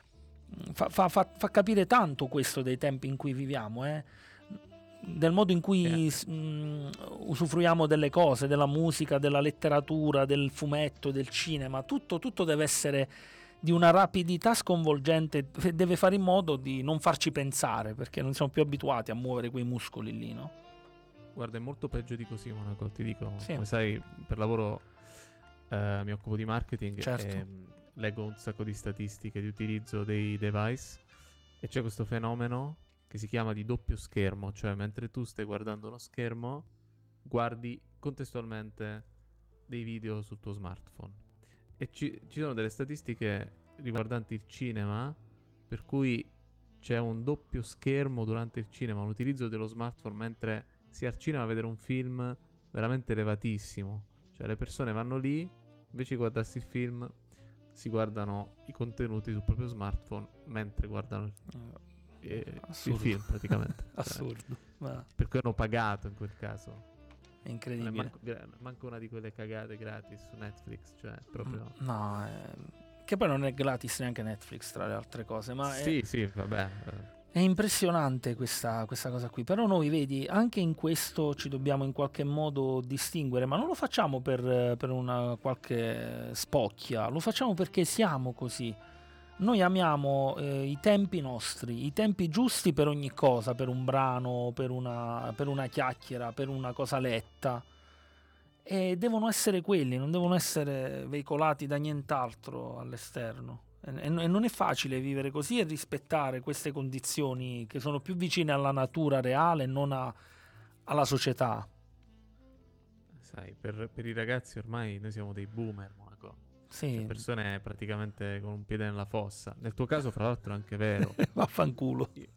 fa capire tanto questo dei tempi in cui viviamo, del modo in cui usufruiamo delle cose, della musica, della letteratura, del fumetto, del cinema, tutto deve essere di una rapidità sconvolgente, deve fare in modo di non farci pensare, perché non siamo più abituati a muovere quei muscoli lì, no? Guarda, è molto peggio di così, Monaco, ti dico. Sì. Come sai, per lavoro mi occupo di marketing Certo. e leggo un sacco di statistiche di utilizzo dei device e c'è questo fenomeno che si chiama di doppio schermo, cioè mentre tu stai guardando uno schermo guardi contestualmente dei video sul tuo smartphone. E ci sono delle statistiche riguardanti il cinema per cui c'è un doppio schermo durante il cinema, un utilizzo dello smartphone mentre si è al cinema a vedere un film veramente elevatissimo. Cioè le persone vanno lì, invece di guardarsi il film, si guardano i contenuti sul proprio smartphone mentre guardano il film praticamente. Assurdo. Cioè, per cui hanno pagato in quel caso. È incredibile. Manco una di quelle cagate gratis su Netflix, cioè proprio. No, che poi non è gratis neanche Netflix tra le altre cose, ma sì, vabbè. È impressionante questa cosa qui, però noi vedi, anche in questo ci dobbiamo in qualche modo distinguere, ma non lo facciamo per una qualche spocchia, lo facciamo perché siamo così. Noi amiamo i tempi nostri, i tempi giusti per ogni cosa, per un brano, per una chiacchiera, per una cosa letta. E devono essere quelli, non devono essere veicolati da nient'altro all'esterno. E non è facile vivere così e rispettare queste condizioni che sono più vicine alla natura reale e non alla società. Sai, per i ragazzi ormai noi siamo dei boomer, Monaco. Sì. Cioè, persone praticamente con un piede nella fossa. Nel tuo caso, fra l'altro, è anche vero. Vaffanculo. Io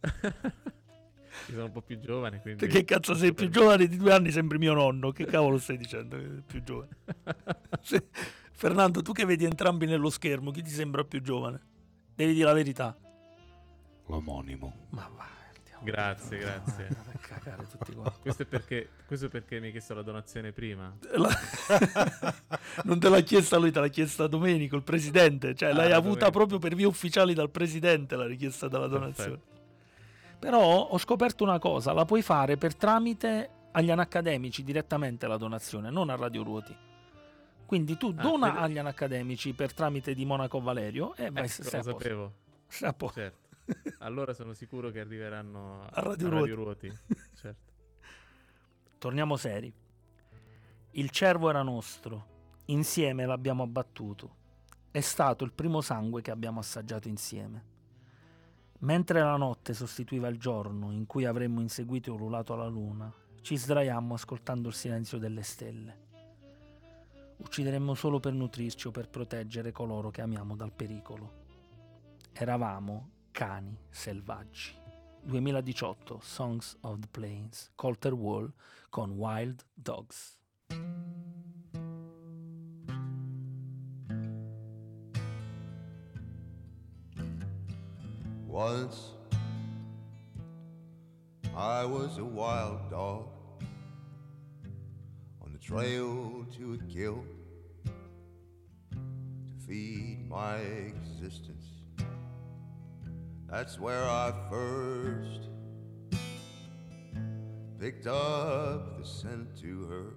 sono un po' più giovane, quindi... Che cazzo sei più giovane di 2 anni, sembri mio nonno. Che cavolo stai dicendo? Più giovane. Fernando, tu che vedi entrambi nello schermo, chi ti sembra più giovane? Devi dire la verità. L'omonimo. Ma vai. Grazie. Andate a cagare tutti quanti. Questo è perché mi hai chiesto la donazione prima. Non te l'ha chiesta lui, te l'ha chiesta Domenico, il presidente. Cioè l'hai avuta proprio per via ufficiali dal presidente la richiesta della donazione. Perfetto. Però ho scoperto una cosa, la puoi fare per tramite agli Anacademici direttamente la donazione, non a Radio Ruoti. Quindi tu dona agli Anacademici per tramite di Monaco Valerio e vai lo sapevo. Certo. Allora sono sicuro che arriveranno a Radio Ruoti. Certo. Torniamo seri. Il cervo era nostro, insieme l'abbiamo abbattuto. È stato il primo sangue che abbiamo assaggiato insieme. Mentre la notte sostituiva il giorno in cui avremmo inseguito e ululato la luna, ci sdraiammo ascoltando il silenzio delle stelle. Uccideremmo solo per nutrirci o per proteggere coloro che amiamo dal pericolo. Eravamo cani selvaggi. 2018 Songs of the Plains, Colter Wall con Wild Dogs. Once I was a wild dog on the trail to a kill to feed my existence. That's where I first picked up the scent to her.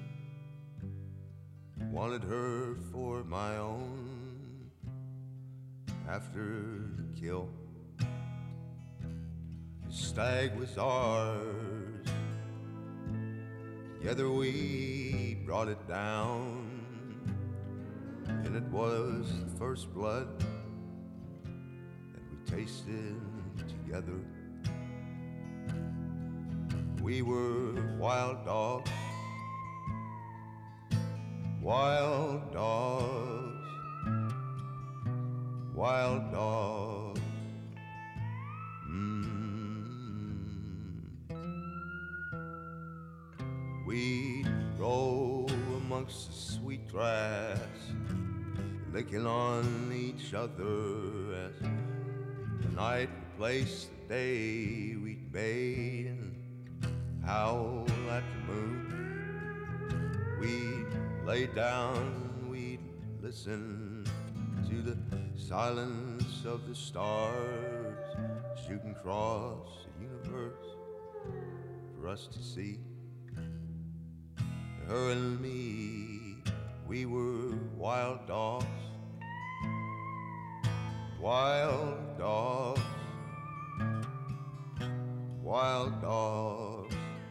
Wanted her for my own after the kill. The stag was ours. Together we brought it down, and it was the first blood that we tasted together. We were wild dogs, wild dogs, wild dogs. We'd roll amongst the sweet grass, licking on each other as the night replaced the day we'd made, and howl at the moon. We'd lay down, we'd listen to the silence of the stars shooting across the universe for us to see. Her and me, we were wild dogs, wild dogs, wild dogs.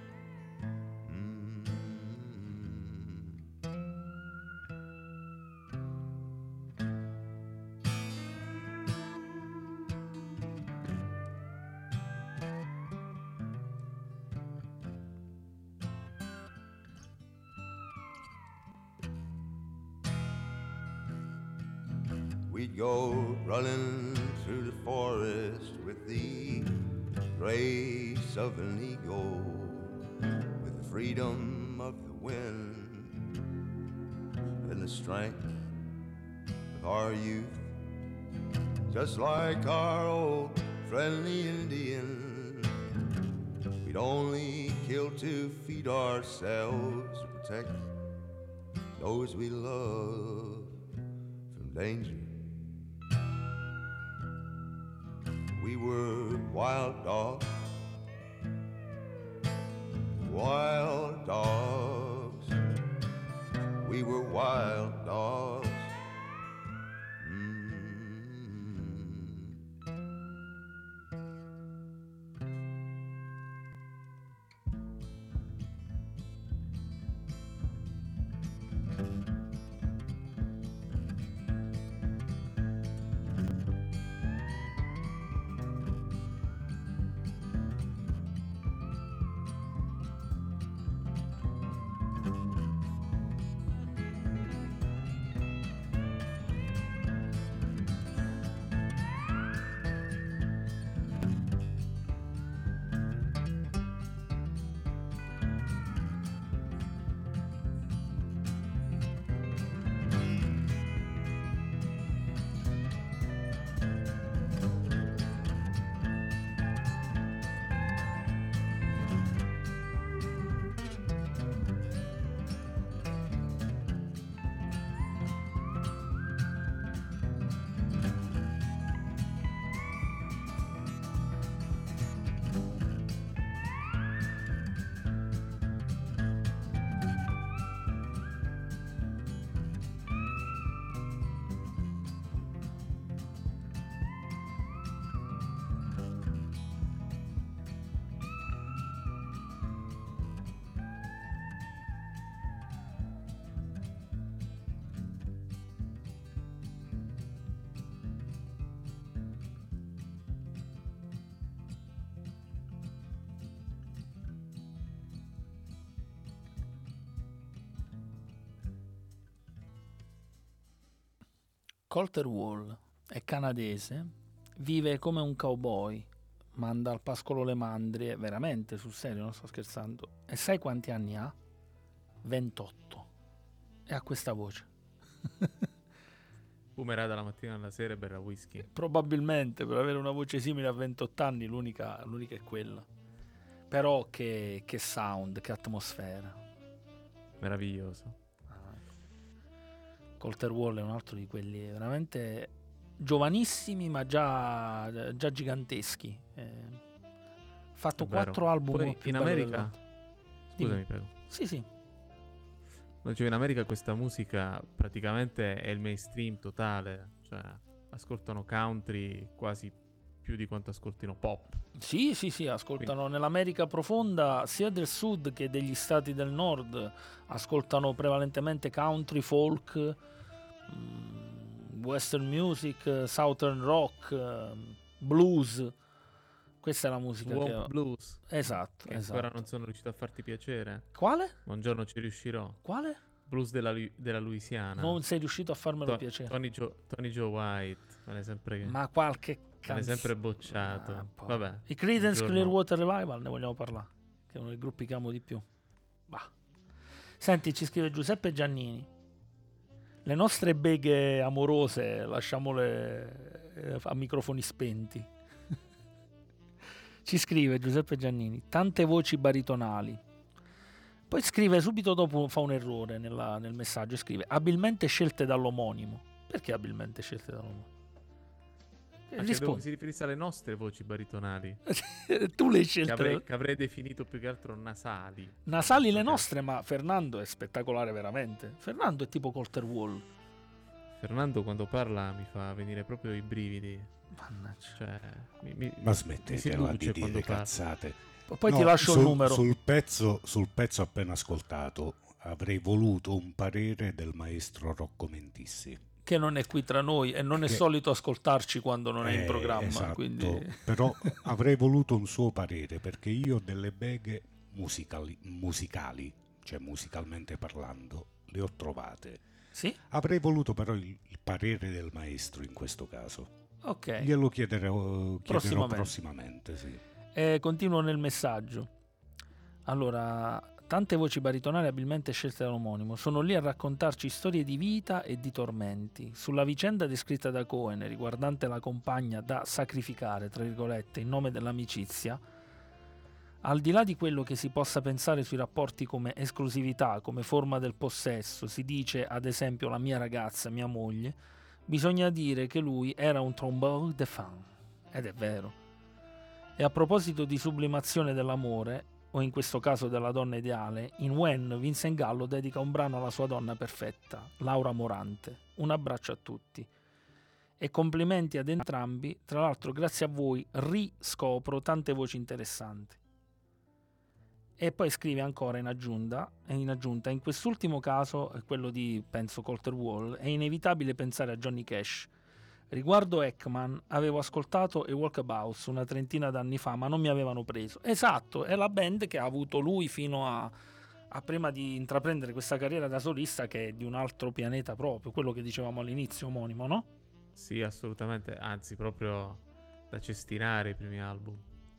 We'd go running through the forest with the grace of an eagle, with the freedom of the wind and the strength of our youth. Just like our old friendly Indian, we'd only kill to feed ourselves, to protect those we love from danger. We were wild dogs, wild dogs. We were wild dogs. Colter Wall è canadese, vive come un cowboy, manda al pascolo le mandrie, veramente, sul serio, non sto scherzando. E sai quanti anni ha? 28. E ha questa voce. Fumerà dalla mattina alla sera e berrà whisky. Probabilmente per avere una voce simile a 28 anni l'unica è quella. Però che sound, che atmosfera. Meraviglioso. Colter Wall è un altro di quelli veramente giovanissimi ma già giganteschi. Fatto È vero. 4 album Poi più in bello America, dell'altro. scusami, Dimmi. prego. Sì. No, dicevo, in America questa musica praticamente è il mainstream totale, cioè ascoltano country quasi più di quanto ascoltino pop. Sì, ascoltano nell'America profonda sia del sud che degli stati del nord, ascoltano prevalentemente country, folk, western music, southern rock, blues. Questa è la musica Swamp che ho. Blues, Esatto, che ancora non sono riuscito a farti piacere. Quale? Ma un giorno ci riuscirò. Quale? Blues della Louisiana. Non sei riuscito a farmelo piacere. Tony Joe White, me l'hai sempre, Ma qualche me l'hai sempre bocciato. Vabbè, I Creedence un giorno- Clearwater Revival ne vogliamo parlare, che è uno dei gruppi che amo di più. Bah. Senti, ci scrive Giuseppe Giannini. Le nostre beghe amorose lasciamole a microfoni spenti. Ci scrive Giuseppe Giannini, tante voci baritonali. Poi scrive subito dopo, fa un errore nel messaggio, scrive abilmente scelte dall'omonimo. Perché abilmente scelte dall'omonimo? credevo che si riferisse alle nostre voci baritonali, Tu le hai che scelte che avrei definito più che altro nasali. nasali le Ok. nostre, ma Fernando è spettacolare veramente. Fernando è tipo Colter Wall. Fernando quando parla mi fa venire proprio i brividi. Mannaggia. Cioè, Ma mi si smettetela di induce quando dire parla. cazzate. Poi ti No, lascio il numero. Sul pezzo appena ascoltato avrei voluto un parere del maestro Rocco Mentissi. Che non è qui tra noi e non è solito ascoltarci quando non è in programma. Esatto, Quindi... però avrei voluto un suo parere perché io delle beghe musicali, cioè musicalmente parlando, le ho trovate. Sì? Avrei voluto però il parere del maestro in questo caso. Ok. Glielo chiederò Prossimamente. prossimamente, sì. Continuo nel messaggio. Allora, tante voci baritonali abilmente scelte dall'omonimo sono lì a raccontarci storie di vita e di tormenti. Sulla vicenda descritta da Cohen riguardante la compagna da sacrificare, tra virgolette, in nome dell'amicizia, al di là di quello che si possa pensare sui rapporti come esclusività, come forma del possesso, si dice ad esempio la mia ragazza, mia moglie, bisogna dire che lui era un trombone de femme. Ed è vero. E a proposito di sublimazione dell'amore, o in questo caso della donna ideale, in When Vincent Gallo dedica un brano alla sua donna perfetta, Laura Morante. Un abbraccio a tutti. E complimenti ad entrambi, tra l'altro grazie a voi riscopro tante voci interessanti. E poi scrive ancora in aggiunta, in quest'ultimo caso, quello di, penso, Colter Wall, è inevitabile pensare a Johnny Cash. Riguardo Ekman, avevo ascoltato i Walkabouts una trentina d'anni fa, ma non mi avevano preso. Esatto, è la band che ha avuto lui fino a prima di intraprendere questa carriera da solista, che è di un altro pianeta proprio, quello che dicevamo all'inizio, omonimo, no? Sì, assolutamente, anzi proprio da cestinare i primi album.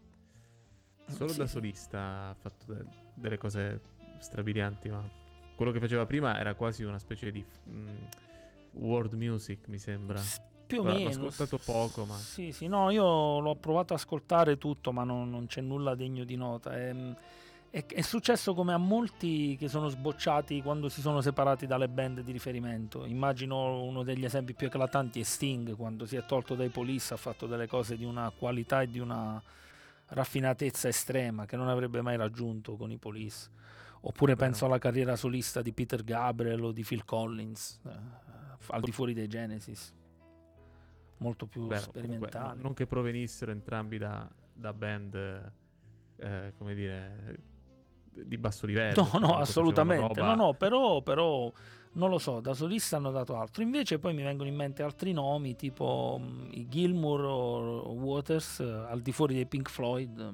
Solo Sì, da sì. solista ha fatto delle cose strabilianti, ma quello che faceva prima era quasi una specie di world music, mi sembra. Più o L'ho meno. ascoltato poco, ma Sì, no, io l'ho provato ad ascoltare tutto, ma non c'è nulla degno di nota. È successo come a molti che sono sbocciati quando si sono separati dalle band di riferimento. Immagino uno degli esempi più eclatanti è Sting, quando si è tolto dai Police ha fatto delle cose di una qualità e di una raffinatezza estrema che non avrebbe mai raggiunto con i Police. Oppure Vero. penso alla carriera solista di Peter Gabriel o di Phil Collins, al di fuori dei Genesis, molto più beh, sperimentali. comunque, non che provenissero entrambi da band, come dire, di basso livello. No, comunque assolutamente. facevano roba- Però non lo so, da solista hanno dato altro. Invece poi mi vengono in mente altri nomi, tipo i Gilmour o Waters, al di fuori dei Pink Floyd.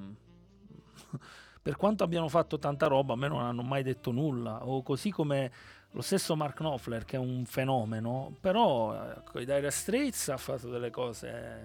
Per quanto abbiano fatto tanta roba, a me non hanno mai detto nulla. O così come lo stesso Mark Knopfler, che è un fenomeno, però con i Dire Straits ha fatto delle cose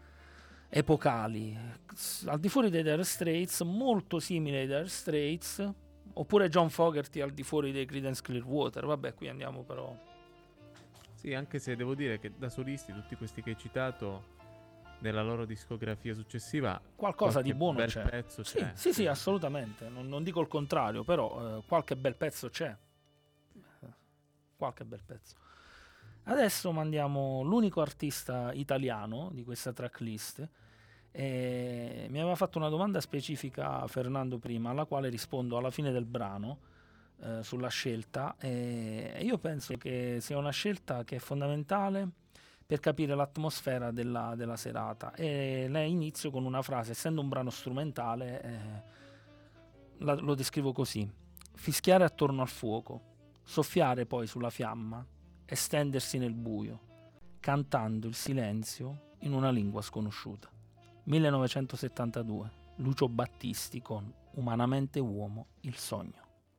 epocali. Al di fuori dei Dire Straits, molto simile ai Dire Straits, oppure John Fogerty al di fuori dei Creedence Clearwater. Vabbè, qui andiamo però Sì, anche se devo dire che da solisti tutti questi che hai citato nella loro discografia successiva Qualcosa qualche di buono bel c'è. pezzo Sì, c'è. sì, assolutamente. Non dico il contrario, però qualche bel pezzo c'è. Qualche bel pezzo. Adesso mandiamo l'unico artista italiano di questa tracklist. Mi aveva fatto una domanda specifica Fernando prima, alla quale rispondo alla fine del brano sulla scelta. E io penso che sia una scelta che è fondamentale per capire l'atmosfera della serata. E la inizio con una frase, essendo un brano strumentale, lo descrivo così: fischiare attorno al fuoco, soffiare poi sulla fiamma, estendersi nel buio, cantando il silenzio in una lingua sconosciuta. 1972, Lucio Battisti con Umanamente uomo, il sogno.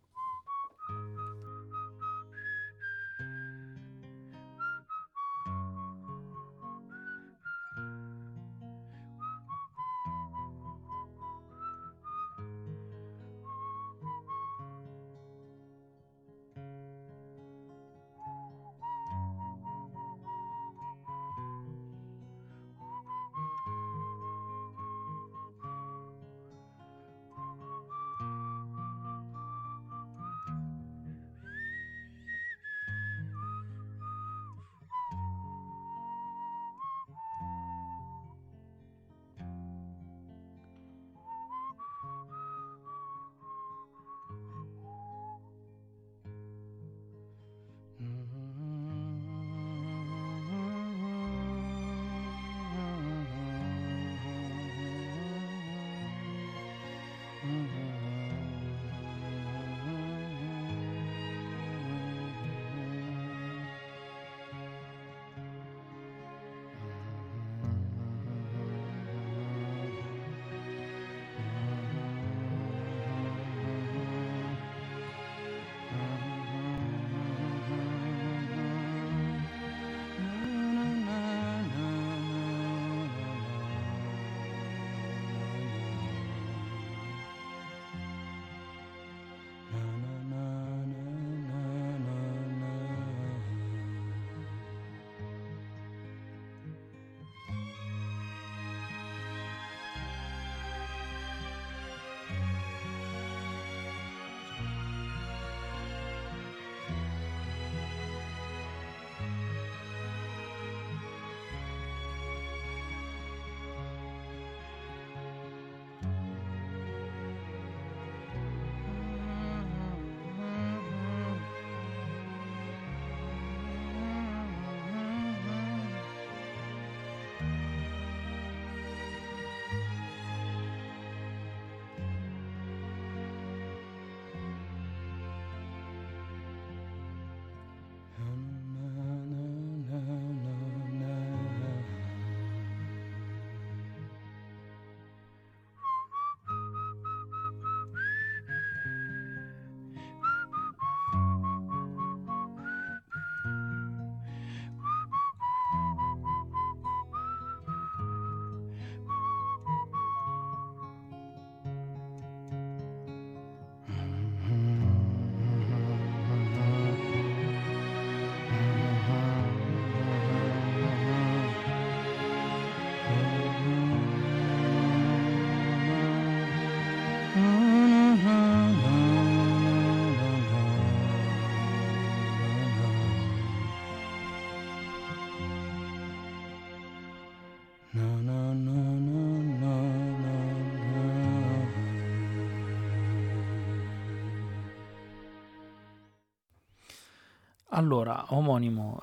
Allora, omonimo,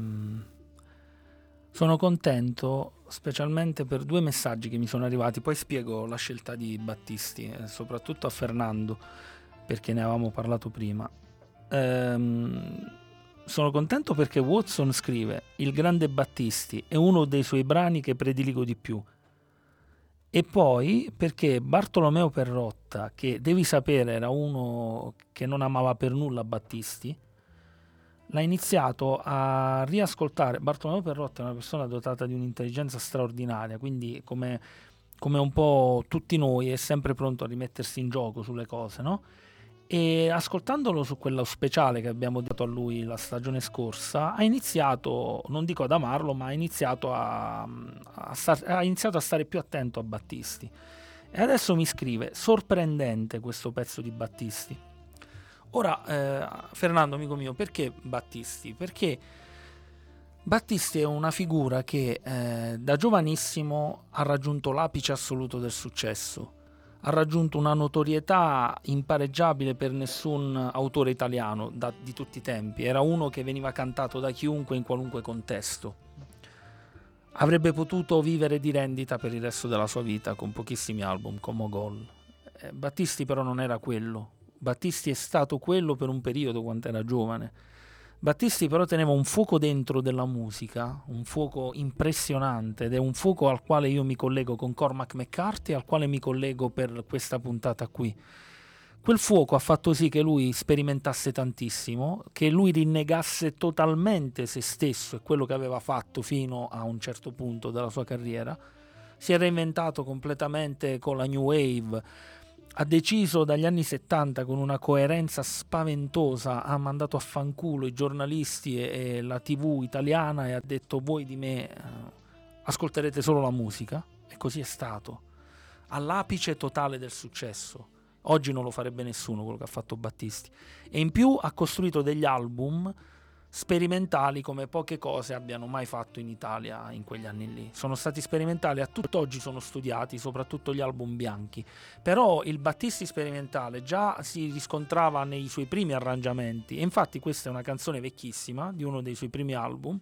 sono contento specialmente per due messaggi che mi sono arrivati, poi spiego la scelta di Battisti, soprattutto a Fernando, perché ne avevamo parlato prima. Sono contento perché Watson scrive: il grande Battisti è uno dei suoi brani che prediligo di più. E poi perché Bartolomeo Perrotta, che devi sapere era uno che non amava per nulla Battisti, l'ha iniziato a riascoltare. Bartolomeo Perrotta è una persona dotata di un'intelligenza straordinaria, quindi come un po' tutti noi è sempre pronto a rimettersi in gioco sulle cose, no? E ascoltandolo su quello speciale che abbiamo dato a lui la stagione scorsa, ha iniziato, non dico ad amarlo, ma ha iniziato ha iniziato a stare più attento a Battisti. E adesso mi scrive: sorprendente questo pezzo di Battisti. Ora, Fernando, amico mio, perché Battisti? Perché Battisti è una figura che da giovanissimo ha raggiunto l'apice assoluto del successo. Ha raggiunto una notorietà impareggiabile per nessun autore italiano di tutti i tempi. Era uno che veniva cantato da chiunque in qualunque contesto. Avrebbe potuto vivere di rendita per il resto della sua vita con pochissimi album, con Mogol. Battisti però non era quello. Battisti è stato quello per un periodo quando era giovane. Battisti però teneva un fuoco dentro della musica, un fuoco impressionante, ed è un fuoco al quale io mi collego con Cormac McCarthy, al quale mi collego per questa puntata qui. Quel fuoco ha fatto sì che lui sperimentasse tantissimo, che lui rinnegasse totalmente se stesso e quello che aveva fatto fino a un certo punto della sua carriera. Si è reinventato completamente con la New Wave. Ha deciso dagli anni 70 con una coerenza spaventosa, ha mandato a fanculo i giornalisti e la TV italiana e ha detto: voi di me ascolterete solo la musica, e così è stato, all'apice totale del successo. Oggi non lo farebbe nessuno quello che ha fatto Battisti, e in più ha costruito degli album sperimentali come poche cose abbiano mai fatto in Italia in quegli anni lì. Sono stati sperimentali, a tutt'oggi sono studiati, soprattutto gli album bianchi, però il Battisti sperimentale già si riscontrava nei suoi primi arrangiamenti, e infatti questa è una canzone vecchissima di uno dei suoi primi album,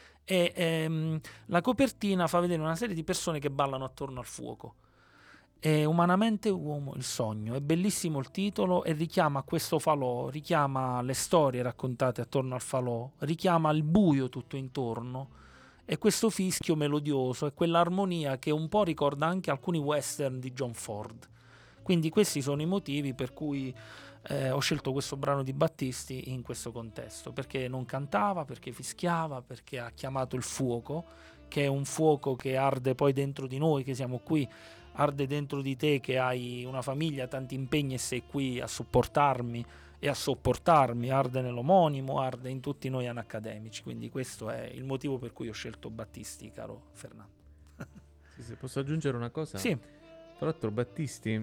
e la copertina fa vedere una serie di persone che ballano attorno al fuoco. È Umanamente uomo, il sogno. È bellissimo il titolo e richiama questo falò, richiama le storie raccontate attorno al falò, richiama il buio tutto intorno e questo fischio melodioso e quell'armonia che un po' ricorda anche alcuni western di John Ford. Quindi questi sono i motivi per cui ho scelto questo brano di Battisti in questo contesto, perché non cantava, perché fischiava, perché ha chiamato il fuoco, che è un fuoco che arde poi dentro di noi, che siamo qui, arde dentro di te, che hai una famiglia, tanti impegni e sei qui a supportarmi e a sopportarmi, arde nell'omonimo, arde in tutti noi anacademici. Quindi questo è il motivo per cui ho scelto Battisti, caro Fernando. Sì, posso aggiungere una cosa? Sì. Tra l'altro Battisti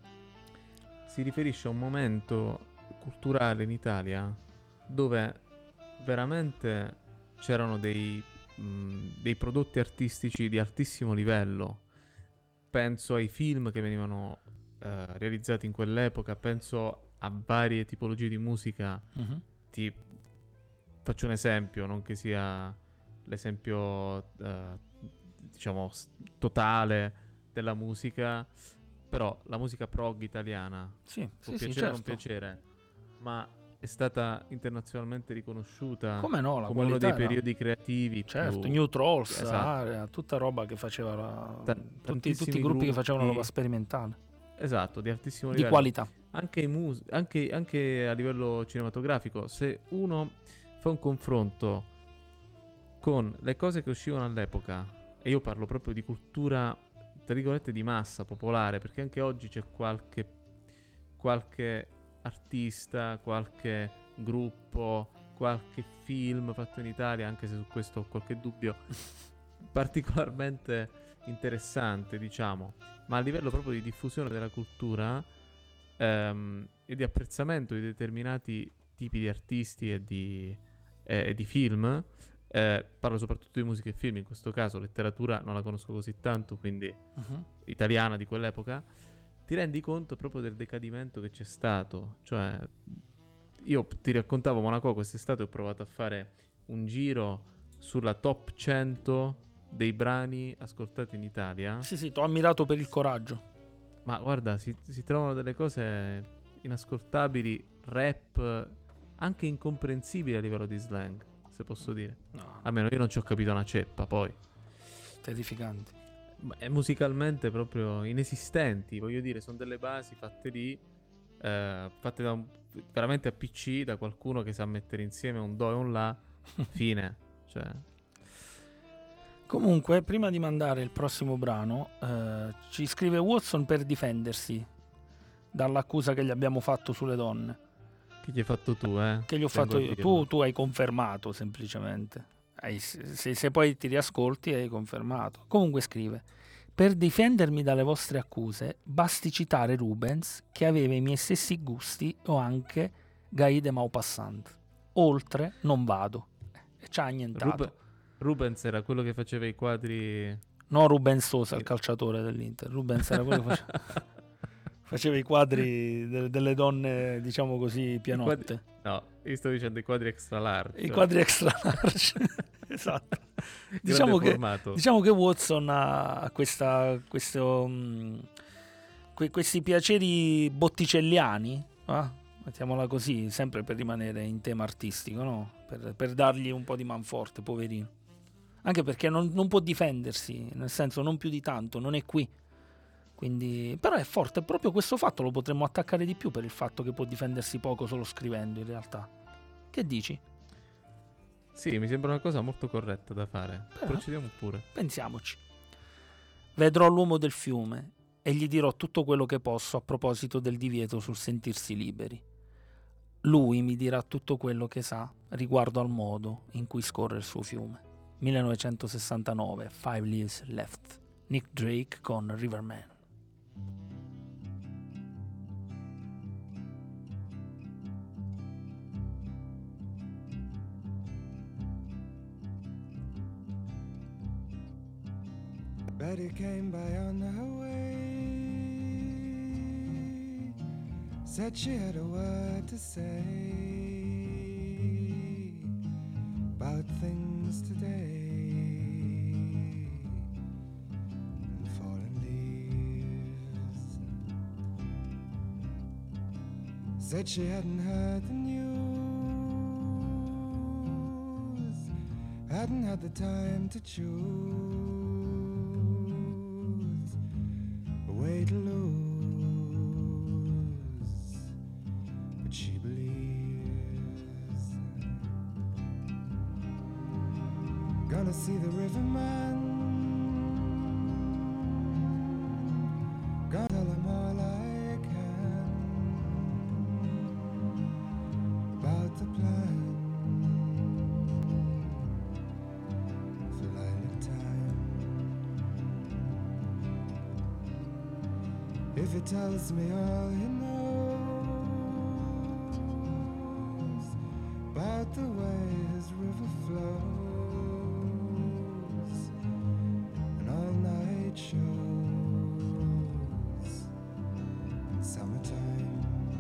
si riferisce a un momento culturale in Italia dove veramente c'erano dei prodotti artistici di altissimo livello. Penso ai film che venivano realizzati in quell'epoca, penso a varie tipologie di musica. Ti faccio un esempio, non che sia l'esempio diciamo totale della musica, però la musica prog italiana può piacere o non piacere, ma è stata internazionalmente riconosciuta come no, come uno dei periodi creativi più... New Trolls, esatto. Tutta roba che faceva tutti i gruppi gruppi che facevano roba sperimentale, esatto, di altissimo di livello, qualità, anche a livello cinematografico. Se uno fa un confronto con le cose che uscivano all'epoca, e io parlo proprio di cultura tra virgolette di massa popolare, perché anche oggi c'è qualche artista, qualche gruppo, qualche film fatto in Italia, anche se su questo ho qualche dubbio, particolarmente interessante, diciamo, ma a livello proprio di diffusione della cultura e di apprezzamento di determinati tipi di artisti e di film, parlo soprattutto di musica e film, in questo caso letteratura non la conosco così tanto, quindi italiana di quell'epoca, ti rendi conto proprio del decadimento che c'è stato. Cioè, io ti raccontavo, Monaco, quest'estate ho provato a fare un giro sulla top 100 dei brani ascoltati in Italia. Sì, ti ho ammirato per il coraggio. Ma guarda, si trovano delle cose inascoltabili, rap anche incomprensibili a livello di slang, se posso dire. No. Almeno io non ci ho capito una ceppa, poi. Terrificanti. È musicalmente proprio inesistenti, voglio dire, sono delle basi fatte lì, fatte da veramente a PC, da qualcuno che sa mettere insieme un do e un la, fine, cioè. Comunque, prima di mandare il prossimo brano, ci scrive Watson per difendersi. dall'accusa che gli abbiamo fatto sulle donne. Che gli hai fatto tu, Che gli ho fatto io. Tu hai confermato semplicemente. Se poi ti riascolti hai confermato. Comunque scrive: per difendermi dalle vostre accuse basti citare Rubens, che aveva i miei stessi gusti, o anche Guy de Maupassant. Oltre non vado. E ci ha annientato. Rubens era quello che faceva i quadri... No, Rubens Sosa, il calciatore dell'Inter. Rubens era quello che faceva i quadri delle donne, diciamo così, pianotte. No, io sto dicendo i quadri extra large. I quadri extra large. Esatto. Diciamo che Watson ha questi piaceri botticelliani, mettiamola così, sempre per rimanere in tema artistico, no? Per dargli un po' di manforte, poverino. Anche perché non può difendersi, nel senso non più di tanto, non è qui. Quindi, però è forte, proprio questo fatto lo potremmo attaccare di più, per il fatto che può difendersi poco solo scrivendo, in realtà. Che dici? Sì, mi sembra una cosa molto corretta da fare. Però, procediamo pure. Pensiamoci. Vedrò l'uomo del fiume e gli dirò tutto quello che posso a proposito del divieto sul sentirsi liberi. Lui mi dirà tutto quello che sa riguardo al modo in cui scorre il suo fiume. 1969, 5 Leaves Left. Nick Drake con Riverman. Betty came by on her way, said she had a word to say about things today and fallen leaves. Said she hadn't heard the news, hadn't had the time to choose way to lose, but she believes. Gonna see the riverman, gonna tell him all I can about the plan for lilac time. If he tells me all he knows about the way his river flows and all night shows in summertime.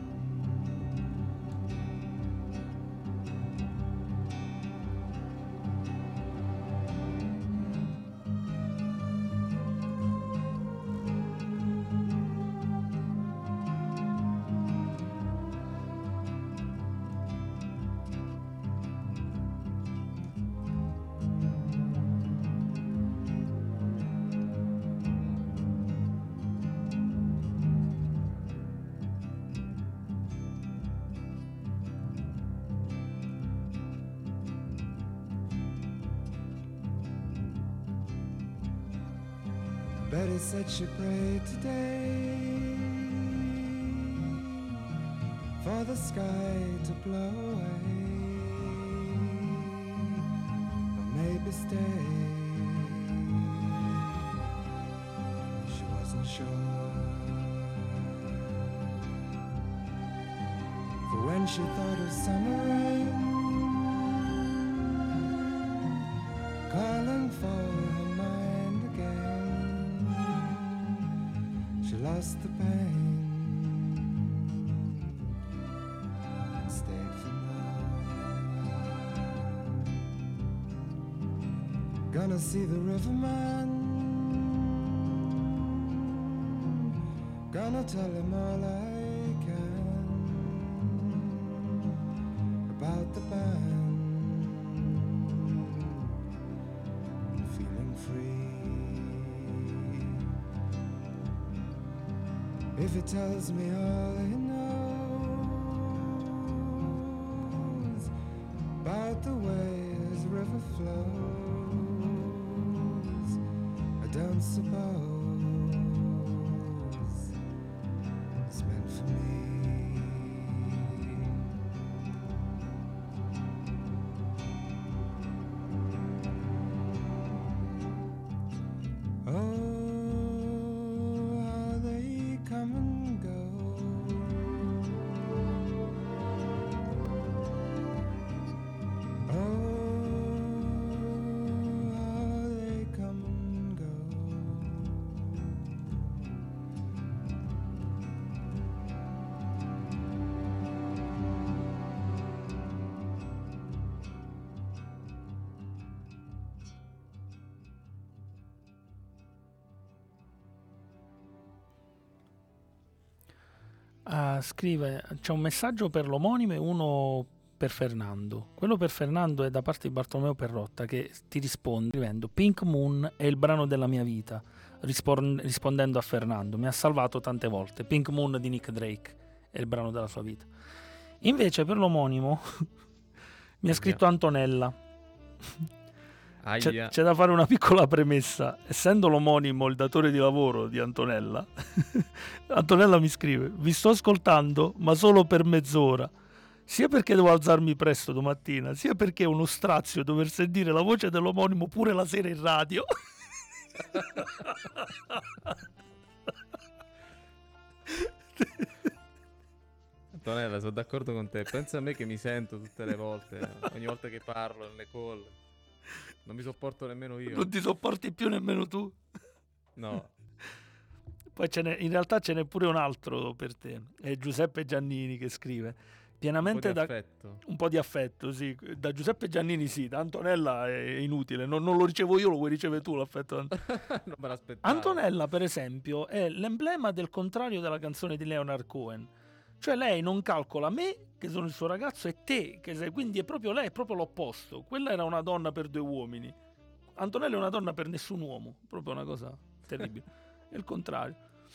Betty said she prayed today for the sky to blow away, or maybe stay. She wasn't sure, for when she thought of summer rain calling for her mind again, she lost the pain and stayed for more. Gonna see the riverman, gonna tell him all I can about the band and feeling free. If he tells me all he knows about the way his river flows, I don't suppose it's meant for Scrive, c'è un messaggio per l'omonimo e uno per Fernando. Quello per Fernando è da parte di Bartolomeo Perrotta, che ti risponde scrivendo: Pink Moon è il brano della mia vita, rispondendo a Fernando, mi ha salvato tante volte. Pink Moon di Nick Drake è il brano della sua vita. Invece per l'omonimo mi ha scritto Antonella. C'è da fare una piccola premessa. Essendo l'omonimo il datore di lavoro di Antonella, Antonella mi scrive: vi sto ascoltando ma solo per mezz'ora, sia perché devo alzarmi presto domattina, sia perché è uno strazio dover sentire la voce dell'omonimo pure la sera in radio. Antonella, sono d'accordo con te. Pensa a me che mi sento tutte le volte, ogni volta che parlo nelle call. Non mi sopporto nemmeno io. Non ti sopporti più nemmeno tu? No. Poi in realtà ce n'è pure un altro per te. È Giuseppe Giannini che scrive: pienamente un po' di affetto, sì. Da Giuseppe Giannini sì, da Antonella è inutile. Non lo ricevo io, lo vuoi ricevere tu l'affetto. Non me l'aspettavo. Antonella, per esempio, è l'emblema del contrario della canzone di Leonard Cohen. Cioè lei non calcola me, che sono il suo ragazzo, e te, che sei, quindi è proprio lei, è proprio l'opposto. Quella era una donna per 2 uomini. Antonella è una donna per nessun uomo. Proprio una cosa terribile. È il contrario.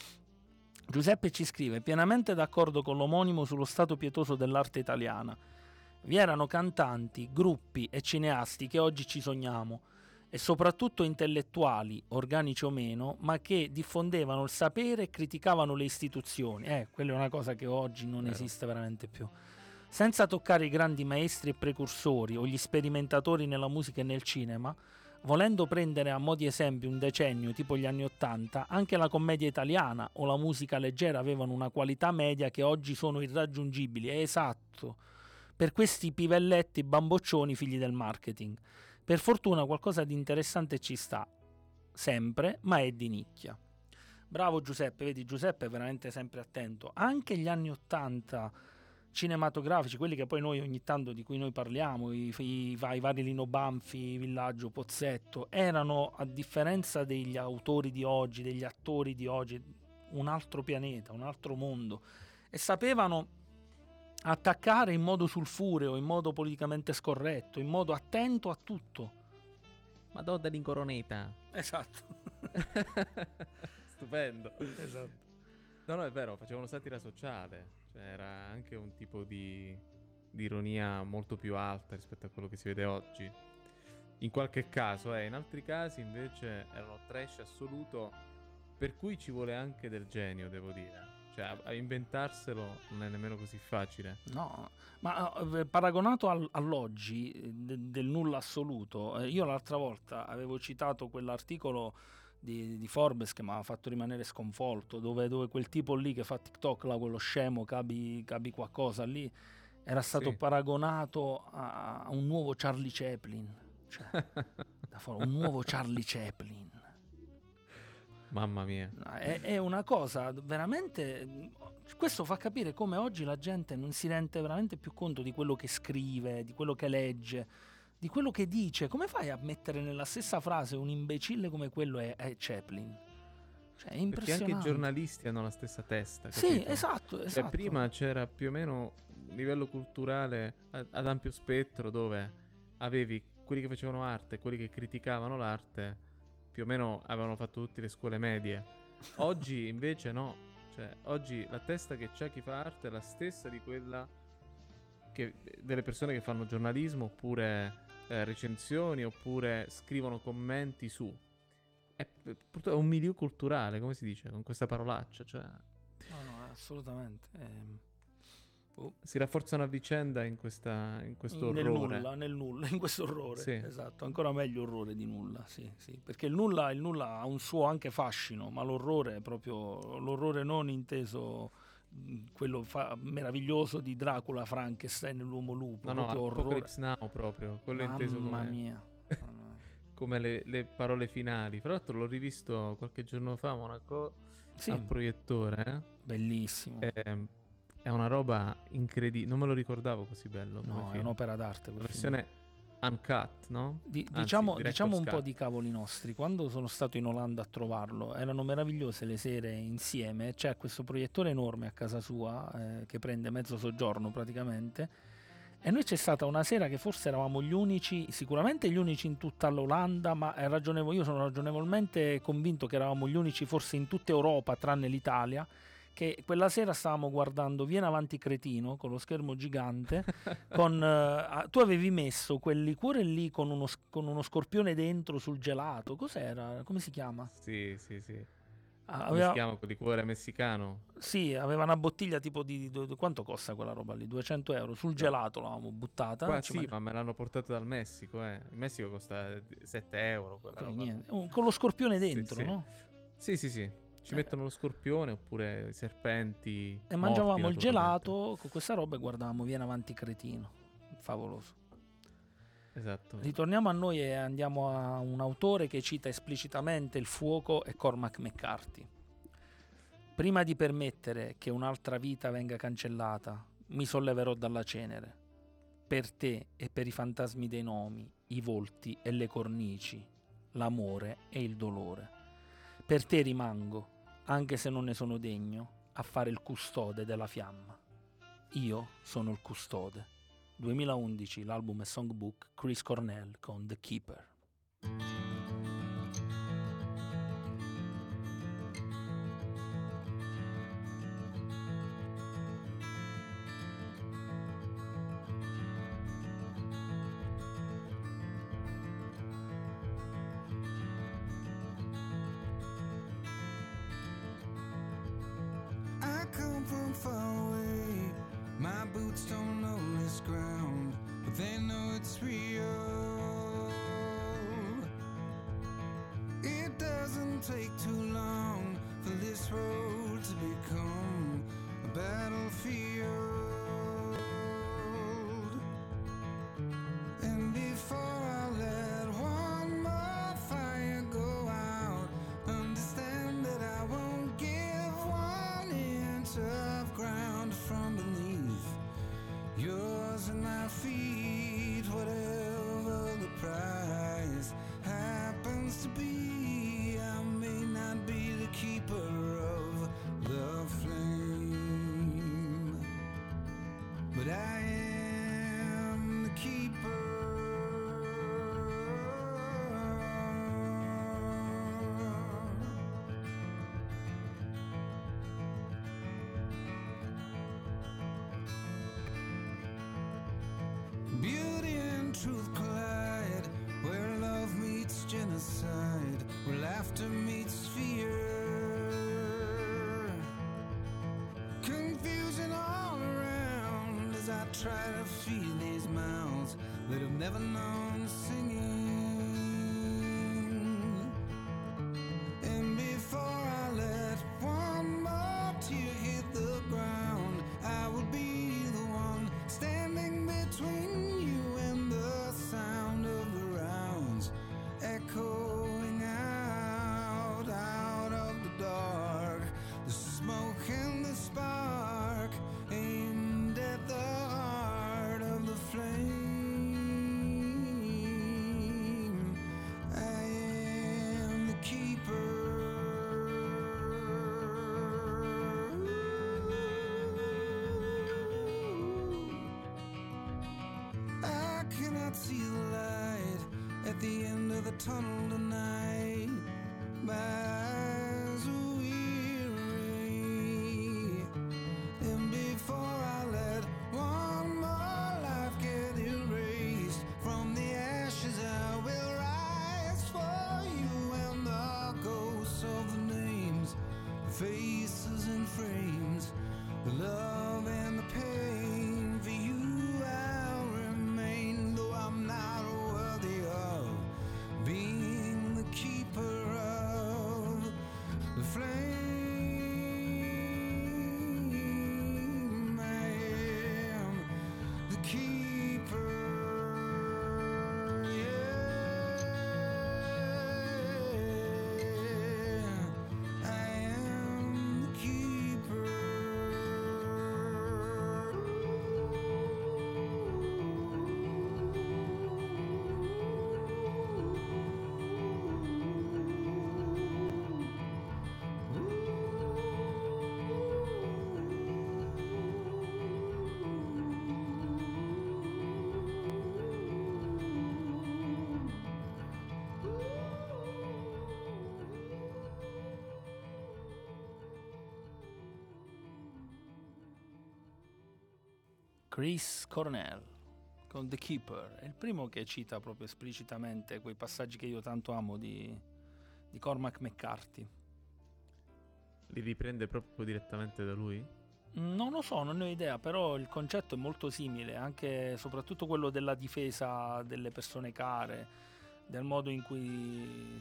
Giuseppe ci scrive: pienamente d'accordo con l'omonimo sullo stato pietoso dell'arte italiana. Vi erano cantanti, gruppi e cineasti che oggi ci sogniamo, e soprattutto intellettuali, organici o meno, ma che diffondevano il sapere e criticavano le istituzioni. Quella è una cosa che oggi non esiste veramente più. Senza toccare i grandi maestri e precursori o gli sperimentatori nella musica e nel cinema, volendo prendere a mo' di esempio un decennio tipo gli anni '80, anche la commedia italiana o la musica leggera avevano una qualità media che oggi sono irraggiungibili. È esatto, per questi pivelletti bamboccioni figli del marketing. Per fortuna qualcosa di interessante ci sta, sempre, ma è di nicchia. Bravo Giuseppe, vedi, Giuseppe è veramente sempre attento. Anche gli anni '80 cinematografici, quelli che poi noi ogni tanto di cui noi parliamo, i vari Lino Banfi, Villaggio, Pozzetto, erano, a differenza degli autori di oggi, degli attori di oggi, un altro pianeta, un altro mondo, e sapevano attaccare in modo sulfureo, in modo politicamente scorretto, in modo attento a tutto. Madonna l'incoroneta. Esatto. Stupendo. Esatto. No, è vero, facevano satira sociale. Cioè, era anche un tipo di ironia molto più alta rispetto a quello che si vede oggi. In qualche caso, in altri casi invece erano trash assoluto, per cui ci vuole anche del genio, devo dire. Cioè, a inventarselo non è nemmeno così facile. No, ma paragonato all'oggi del nulla assoluto, io l'altra volta avevo citato quell'articolo di Forbes che mi ha fatto rimanere sconvolto, dove quel tipo lì che fa TikTok, là, quello scemo, capi qualcosa lì, era stato paragonato a un nuovo Charlie Chaplin. Cioè, un nuovo Charlie Chaplin. Mamma mia. È una cosa veramente... Questo fa capire come oggi la gente non si rende veramente più conto di quello che scrive, di quello che legge, di quello che dice. Come fai a mettere nella stessa frase un imbecille come quello è Chaplin? Cioè, è impressionante. Perché anche i giornalisti hanno la stessa testa, capito? Sì, esatto. Cioè, prima c'era più o meno un livello culturale ad ampio spettro, dove avevi quelli che facevano arte e quelli che criticavano l'arte, più o meno avevano fatto tutte le scuole medie. Oggi invece no, cioè oggi la testa che c'è chi fa arte è la stessa di quella delle persone che fanno giornalismo, oppure recensioni, oppure scrivono commenti su. È purtroppo un milieu culturale, come si dice con questa parolaccia, cioè no, assolutamente. Si rafforzano a vicenda in questo orrore. Nel nulla, in questo orrore. Sì. Esatto, ancora meglio orrore di nulla, sì. Perché il nulla ha un suo anche fascino, ma l'orrore è proprio l'orrore non inteso quello meraviglioso di Dracula, Frankenstein e l'uomo lupo. No, proprio Apocalypse Now proprio, quello inteso come... Mamma mia. come le parole finali. Fra l'altro l'ho rivisto qualche giorno fa a Monaco al proiettore. Bellissimo. È una roba incredibile, non me lo ricordavo così bello. No, è un'opera d'arte. La versione uncut, no? Diciamo director's un po' cut. di cavoli nostri. Quando sono stato in Olanda a trovarlo, erano meravigliose le sere insieme. C'è questo proiettore enorme a casa sua che prende mezzo soggiorno praticamente. E noi c'è stata una sera che forse eravamo gli unici, sicuramente gli unici in tutta l'Olanda, ma io sono ragionevolmente convinto che eravamo gli unici forse in tutta Europa, tranne l'Italia, che quella sera stavamo guardando Vieni avanti cretino con lo schermo gigante tu avevi messo quel liquore lì con uno scorpione dentro sul gelato, cos'era? Come si chiama? Sì. Come si chiama quel liquore messicano? Sì, aveva una bottiglia tipo quanto costa quella roba lì? 200 euro sul gelato l'avevamo buttata. Qua sì, ma me l'hanno portato dal Messico, In Messico costa 7 euro quella roba. Niente. Con lo scorpione dentro, sì. no? Sì. Ci mettono lo scorpione oppure i serpenti. E mangiavamo il gelato con questa roba e guardavamo Vieni avanti cretino. Favoloso. Esatto. Ritorniamo a noi e andiamo a un autore che cita esplicitamente il fuoco e Cormac McCarthy. Prima di permettere che un'altra vita venga cancellata, mi solleverò dalla cenere. Per te e per i fantasmi dei nomi, i volti e le cornici, l'amore e il dolore. Per te rimango, anche se non ne sono degno, a fare il custode della fiamma. Io sono il custode. 2011, l'album è Songbook, Chris Cornell con The Keeper. I come from far away. My boots don't know this ground, but they know it's real. It doesn't take too long for this road to become a battlefield. And before I let one more fire go out, understand that I won't give 1 inch of ground from beneath yours and my feet, whatever the price happens to be. I may not be the keeper of the flame, but I am the keeper. Beauty and truth collide, where love meets genocide, where laughter meets fear. Confusion all around as I try to feed these mouths that have never known singing. And before I let one more tear hit the ground, I will be the one standing between you and the sound of the rounds echoing out of the dark. The smoke and the spark aimed at the heart of the flame. I am the keeper. I cannot see the light at the end of the tunnel tonight. My eyes are weary, and before I let one more life get erased from the ashes, I will rise for you and the ghosts of the names, the faces and frames, the love and the pain. For you I'll remain, though I'm not worthy of being the keeper of the flame. I am the keeper. Yeah, I am the keeper. Chris Cornell con The Keeper, è il primo che cita proprio esplicitamente quei passaggi che io tanto amo di Cormac McCarthy. Li riprende proprio direttamente da lui? Non lo so, non ne ho idea, però il concetto è molto simile, anche soprattutto quello della difesa delle persone care, del modo in cui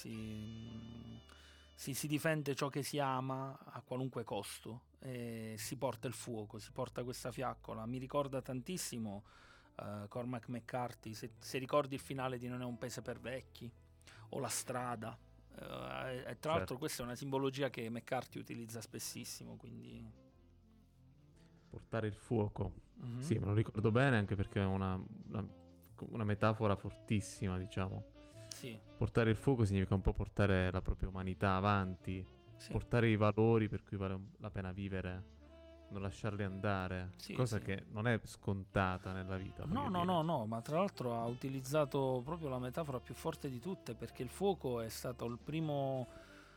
si difende ciò che si ama a qualunque costo, e si porta il fuoco, si porta questa fiaccola. Mi ricorda tantissimo Cormac McCarthy, se ricordi il finale di Non è un paese per vecchi o La strada, e tra l'altro questa è una simbologia che McCarthy utilizza spessissimo, quindi portare il fuoco. Sì, me lo ricordo bene, anche perché è una metafora fortissima, diciamo. sì, Portare il fuoco significa un po' portare la propria umanità avanti, sì. portare i valori per cui vale la pena vivere, non lasciarli andare, Sì, cosa sì. che non è scontata nella vita. No, voglio no, dire. no, ma tra l'altro ha utilizzato proprio la metafora più forte di tutte, perché il fuoco è stato il primo,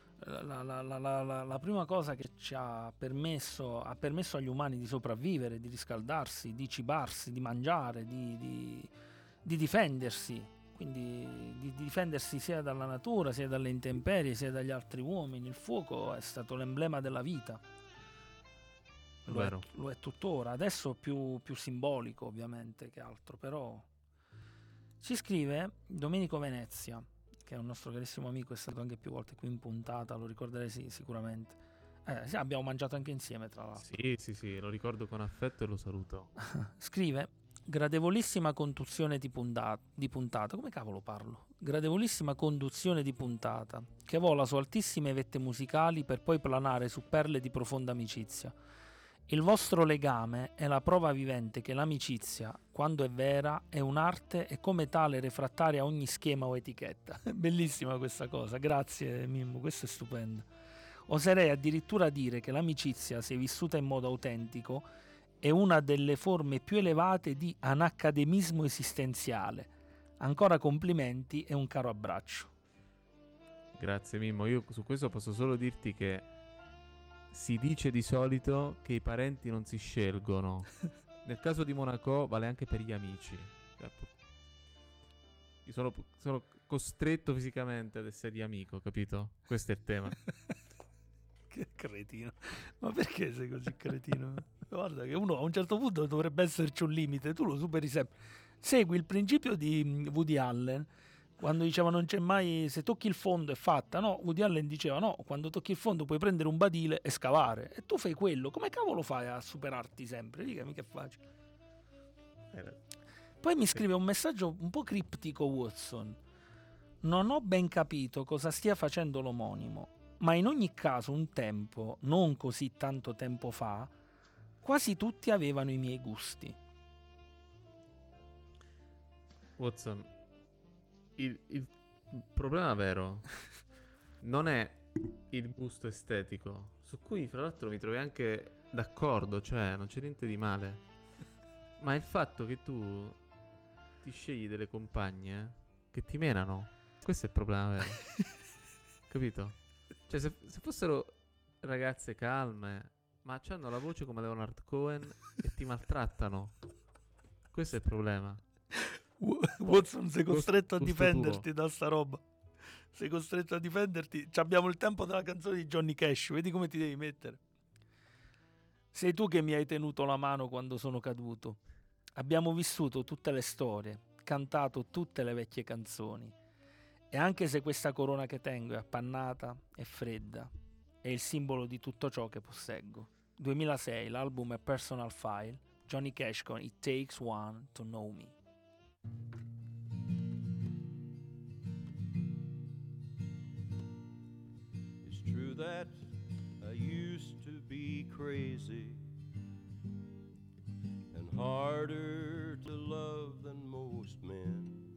la prima cosa che ci ha permesso agli umani di sopravvivere, di riscaldarsi, di cibarsi, di mangiare, di difendersi. Quindi di difendersi sia dalla natura, sia dalle intemperie, sia dagli altri uomini. Il fuoco è stato l'emblema della vita. Vero. Lo è tuttora, adesso più simbolico ovviamente che altro, però ci scrive Domenico Venezia, che è un nostro carissimo amico, è stato anche più volte qui in puntata, lo ricorderei sicuramente. Sì, abbiamo mangiato anche insieme, tra l'altro. Sì, lo ricordo con affetto e lo saluto. Scrive: gradevolissima conduzione di puntata, come cavolo parlo? Gradevolissima conduzione di puntata, che vola su altissime vette musicali per poi planare su perle di profonda amicizia. Il vostro legame è la prova vivente che l'amicizia, quando è vera, è un'arte e come tale refrattaria a ogni schema o etichetta. Bellissima questa cosa, grazie Mimmo, questo è stupendo. Oserei addirittura dire che l'amicizia, se vissuta in modo autentico, è una delle forme più elevate di anacademismo esistenziale. Ancora complimenti e un caro abbraccio. Grazie Mimmo, io su questo posso solo dirti che si dice di solito che i parenti non si scelgono. Nel caso di Monaco vale anche per gli amici. Io sono costretto fisicamente ad essere amico, capito? Questo è il tema. Che cretino. Ma perché sei così cretino? Guarda che uno a un certo punto dovrebbe esserci un limite, tu lo superi sempre. Segui il principio di Woody Allen, quando diceva non c'è mai, se tocchi il fondo è fatta, no? Woody Allen diceva no, quando tocchi il fondo puoi prendere un badile e scavare, e tu fai quello, come cavolo fai a superarti sempre? Dicami che faccio. Poi mi scrive un messaggio un po' criptico Watson: non ho ben capito cosa stia facendo l'omonimo, ma in ogni caso un tempo, non così tanto tempo fa, quasi tutti avevano i miei gusti. Watson, il problema vero non è il gusto estetico, su cui fra l'altro mi trovi anche d'accordo, cioè non c'è niente di male, ma il fatto che tu ti scegli delle compagne che ti menano, questo è il problema vero. Capito? Cioè se fossero ragazze calme, ma hanno la voce come Leonard Cohen e ti maltrattano, questo è il problema. Watson, sei costretto a gusto difenderti tuo. da sta roba. Sei costretto a difenderti. Abbiamo il tempo della canzone di Johnny Cash. Vedi come ti devi mettere. Sei tu che mi hai tenuto la mano quando sono caduto. Abbiamo vissuto tutte le storie, cantato tutte le vecchie canzoni. E anche se questa corona che tengo è appannata e fredda, è il simbolo di tutto ciò che posseggo. 2006, l'album è Personal File. Johnny Cash con It Takes One to Know Me. It's true that I used to be crazy and harder to love than most men,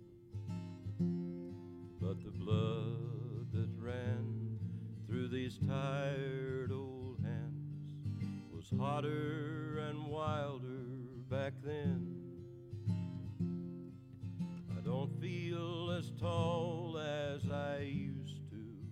but the blood that ran through these tired old hands was hotter and wilder back then. I don't feel as tall as I used to.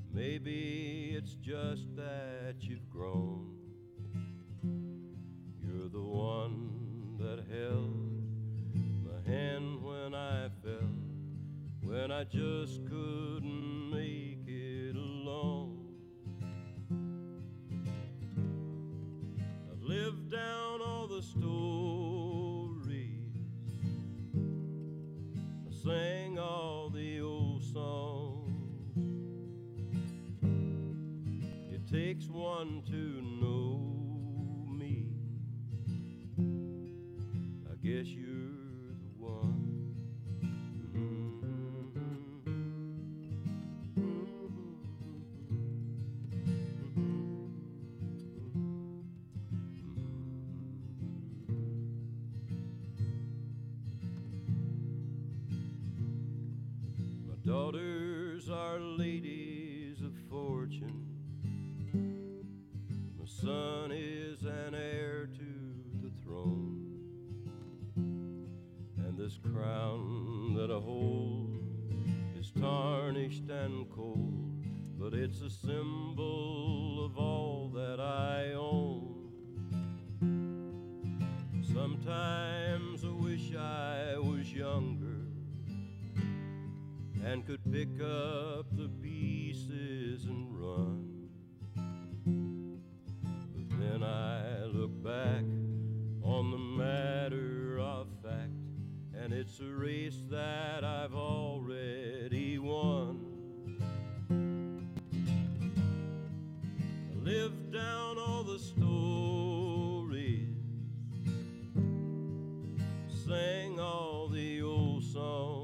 Maybe it's just that you've grown. You're You're the one that held my hand when I fell, when I just couldn't make it alone. I've lived down all the stories, I sang all the old songs. It takes one to know me, I guess you're the one. My daughters are ladies of fortune, my son is an heir to the throne, and this crown that I hold is tarnished and cold, but it's a symbol of all that I own. Sometimes I wish I was younger and could pick up the pieces and run, but then I look back on the matter of fact, and it's a race that I've already won. I lived down all the stories, sang all the old songs.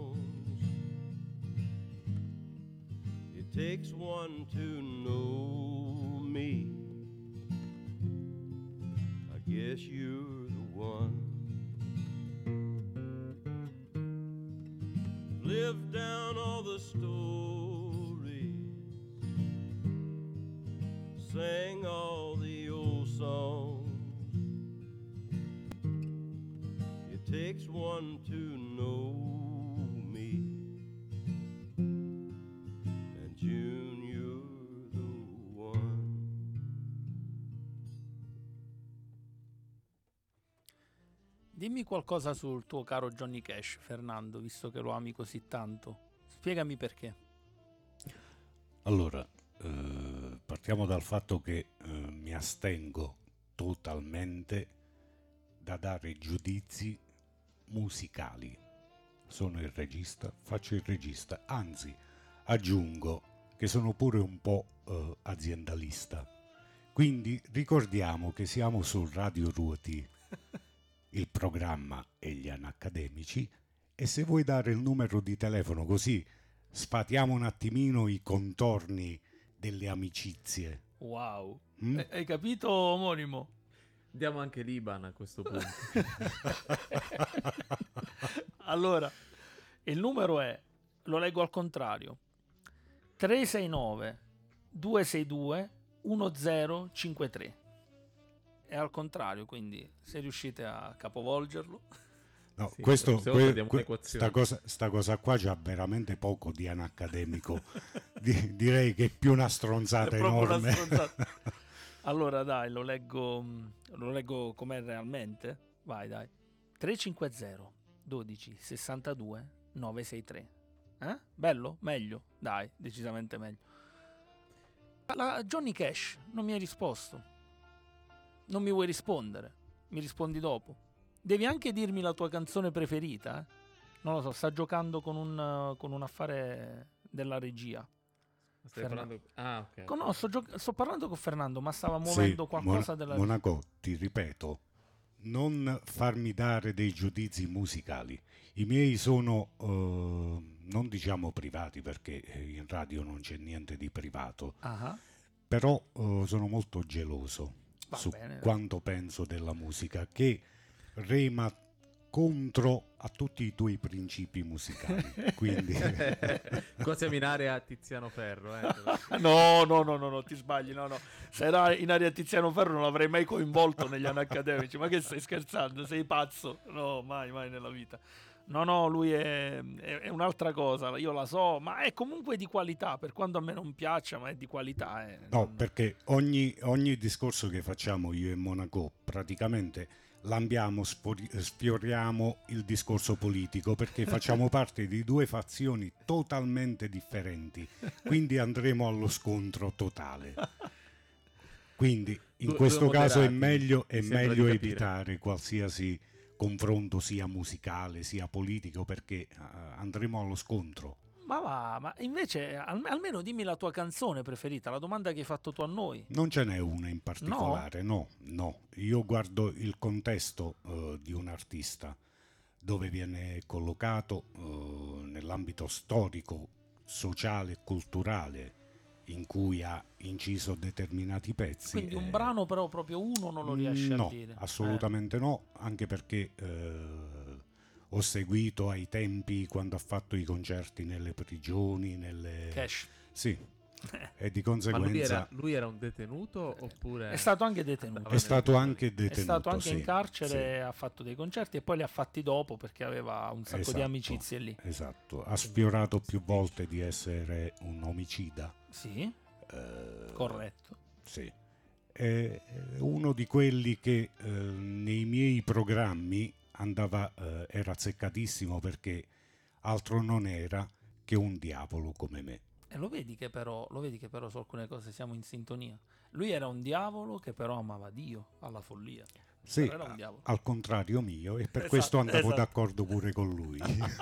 It takes one to know me, I guess you're the one. Lived down all the stories, sang all the old songs. It takes one to know me, and June, you're the one. Dimmi qualcosa sul tuo caro Johnny Cash, Fernando, visto che lo ami così tanto. Spiegami perché. Allora, partiamo dal fatto che mi astengo totalmente da dare giudizi musicali. Sono il regista, faccio il regista, anzi aggiungo che sono pure un po' aziendalista. Quindi ricordiamo che siamo su Radio Ruoti, il programma e gli anacademici, e se vuoi dare il numero di telefono così sfatiamo un attimino i contorni delle amicizie. Wow, hai capito, omonimo? Diamo anche l'Iban a questo punto. Allora, il numero è, lo leggo al contrario, 369 262 1053. È al contrario, quindi se riuscite a capovolgerlo. No, Sì, questo, diamo un'equazione. sta cosa qua c'ha veramente poco di anacademico. Direi che è più una stronzata È proprio una enorme. stronzata. Allora dai, lo leggo com'è realmente. Vai dai. 350 12 62 963. Bello? Meglio? Dai, decisamente meglio. Johnny Cash non mi hai risposto. Non mi vuoi rispondere? Mi rispondi dopo. Devi anche dirmi la tua canzone preferita, eh? Non lo so, sta giocando con un affare della regia. Stai parlando... Ah, ok. No, sto parlando con Fernando, ma stava muovendo Sì, qualcosa della... Monaco, ti ripeto, non farmi dare dei giudizi musicali. I miei sono, non diciamo privati, perché in radio non c'è niente di privato, però sono molto geloso su quanto penso della musica, che rema contro a tutti i tuoi principi musicali. Quindi qua siamo in area Tiziano Ferro, No, ti sbagli, no. Se era in area Tiziano Ferro non l'avrei mai coinvolto negli anacademici. Ma che stai scherzando? Sei pazzo? No, mai nella vita. No, lui è un'altra cosa, io la so, ma è comunque di qualità, per quanto a me non piaccia, ma è di qualità. No, perché ogni discorso che facciamo io e Monaco, praticamente sfioriamo il discorso politico perché facciamo parte di due fazioni totalmente differenti, quindi andremo allo scontro totale. Quindi in questo caso è meglio evitare qualsiasi confronto sia musicale sia politico perché andremo allo scontro. Ma invece almeno dimmi la tua canzone preferita, la domanda che hai fatto tu a noi. Non ce n'è una in particolare, no. Io guardo il contesto di un artista, dove viene collocato nell'ambito storico, sociale e culturale in cui ha inciso determinati pezzi. Quindi un brano però proprio uno non lo riesci a dire? No, assolutamente no, anche perché ho seguito ai tempi quando ha fatto i concerti nelle prigioni, nelle... Cash. Sì, e di conseguenza... Ma lui era un detenuto oppure... È stato anche detenuto. È stato anche detenuto, è stato anche sì, in carcere, sì. Ha fatto dei concerti e poi li ha fatti dopo perché aveva un sacco di amicizie lì. Esatto, ha sfiorato più volte di essere un omicida. Sì, corretto. Sì. È uno di quelli che nei miei programmi era azzeccatissimo perché altro non era che un diavolo come me. E lo vedi che però su alcune cose siamo in sintonia. Lui era un diavolo che però amava Dio alla follia. Sì, era un diavolo. al contrario mio, e per Esatto, questo andavo esatto. d'accordo pure con lui.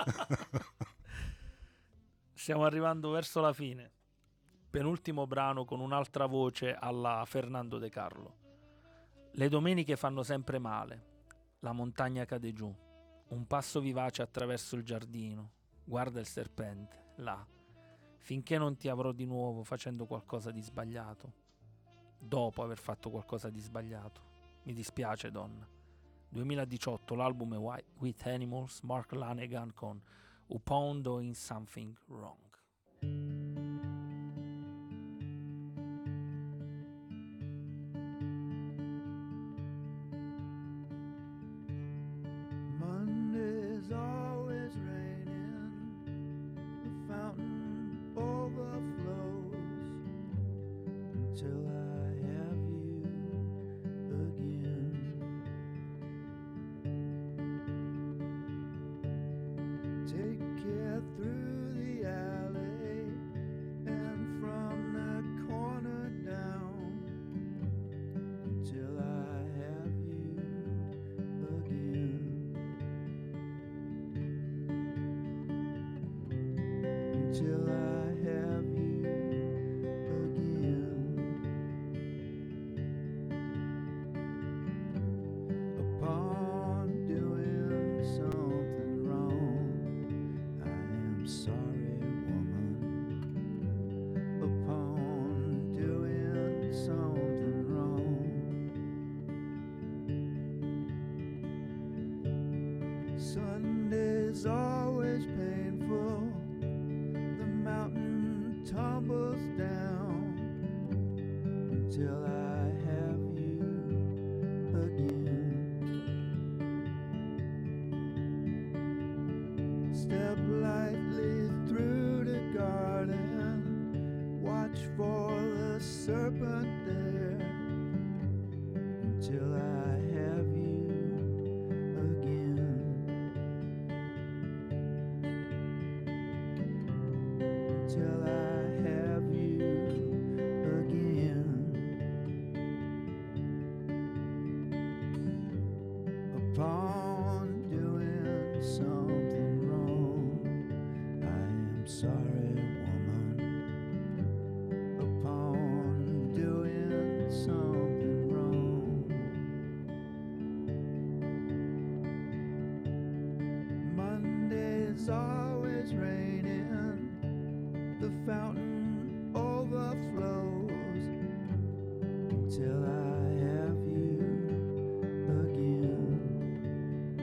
Stiamo arrivando verso la fine. Penultimo brano con un'altra voce alla Fernando De Carlo. Le domeniche fanno sempre male. La montagna cade giù. Un passo vivace attraverso il giardino. Guarda il serpente, là. Finché non ti avrò di nuovo facendo qualcosa di sbagliato. Dopo aver fatto qualcosa di sbagliato. Mi dispiace, donna. 2018, l'album è With Animals, Mark Lanegan con Upon Doing Something Wrong. Monday's always raining, the fountain overflows until I have you again. Take care through the alley and from the corner down until I have you again. Until I have you again. Upon doing something wrong, I am sorry, woman. Upon doing something wrong, Sunday's always painful. The mountain tumbles down until I have you again. Step lightly through the garden, watch for the serpent there until I have you again. Till I have you again. Upon doing something wrong, I am sorry, woman. Upon doing something wrong, Monday's always raining, the fountain overflows until I have you again.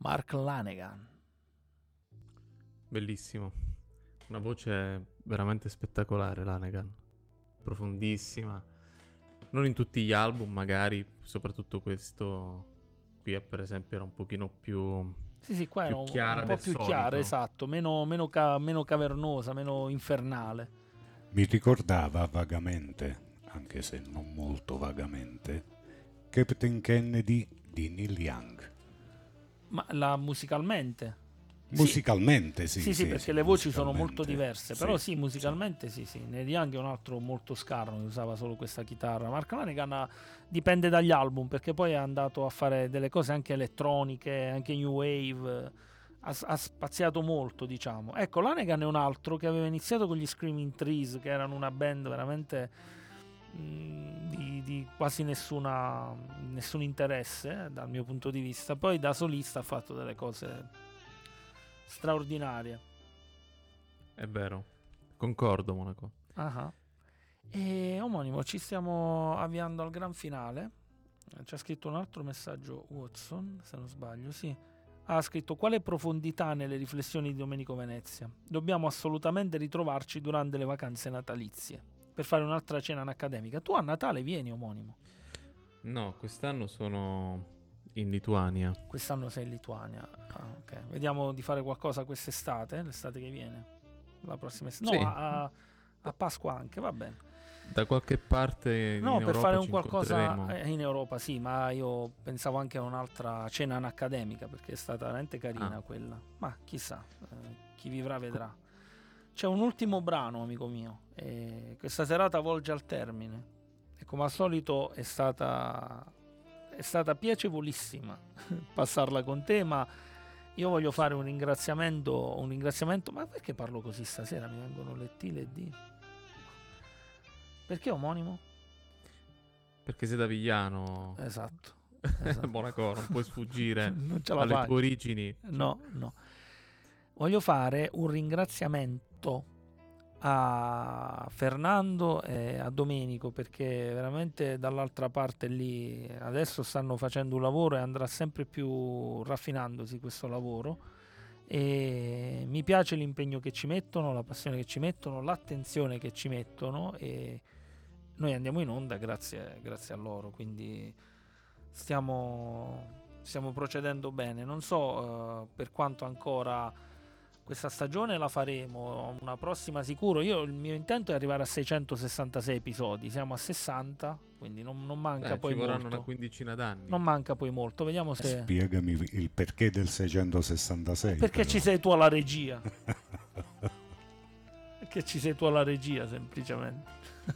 Mark Lanegan. Bellissimo. Una voce veramente spettacolare, Lanegan. Profondissima. Non in tutti gli album, magari, soprattutto questo qui, per esempio, era un pochino più... Sì, qua più era chiara un po' del più solito. chiara, esatto, meno cavernosa, meno infernale. Mi ricordava vagamente, anche se non molto vagamente, Captain Kennedy di Neil Young. Ma musicalmente? Musicalmente sì. Sì, perché le voci sono musicalmente, molto diverse, sì, però sì, musicalmente sì. Neil Young è un altro molto scarno che usava solo questa chitarra. Mark Lanegan dipende dagli album, perché poi è andato a fare delle cose anche elettroniche, anche new wave, ha spaziato molto, diciamo. Ecco, Lanegan è un altro che aveva iniziato con gli Screaming Trees, che erano una band veramente di quasi nessun interesse, dal mio punto di vista. Poi da solista ha fatto delle cose straordinarie. È vero. Concordo, Monaco. Ah. E omonimo, ci stiamo avviando al gran finale. C'è scritto un altro messaggio Watson, se non sbaglio, sì. Ha scritto: quale profondità nelle riflessioni di Domenico Venezia. Dobbiamo assolutamente ritrovarci durante le vacanze natalizie per fare un'altra cena accademica. Tu a Natale vieni, omonimo? No, quest'anno sono in Lituania. Quest'anno sei in Lituania. Ok. Vediamo di fare qualcosa quest'estate, l'estate che viene. La prossima estate. No, Sì. a Pasqua anche, va bene. Da qualche parte No, in per Europa fare un ci qualcosa incontreremo. in Europa, sì, ma io pensavo anche a un'altra cena accademica, perché è stata veramente carina quella. Ma chissà, chi vivrà vedrà. C'è un ultimo brano, amico mio, e questa serata volge al termine. E come al solito è stata piacevolissima passarla con te, ma io voglio fare un ringraziamento, ma perché parlo così stasera? Mi vengono le T, le D. Perché omonimo? Perché sei da Vigliano. Esatto. Monaco, non puoi sfuggire Non ce la alle fai. tue origini. No. Voglio fare un ringraziamento a Fernando e a Domenico, perché veramente dall'altra parte lì adesso stanno facendo un lavoro e andrà sempre più raffinandosi questo lavoro, e mi piace l'impegno che ci mettono, la passione che ci mettono, l'attenzione che ci mettono, e noi andiamo in onda grazie a loro, quindi stiamo procedendo bene. Non so per quanto ancora questa stagione la faremo, una prossima sicuro. Il mio intento è arrivare a 666 episodi, siamo a 60, quindi non manca poi ci vorranno molto. una quindicina d'anni. Non manca poi molto, vediamo se... Spiegami il perché del 666. Perché però. ci sei tu alla regia. Perché ci sei tu alla regia, semplicemente.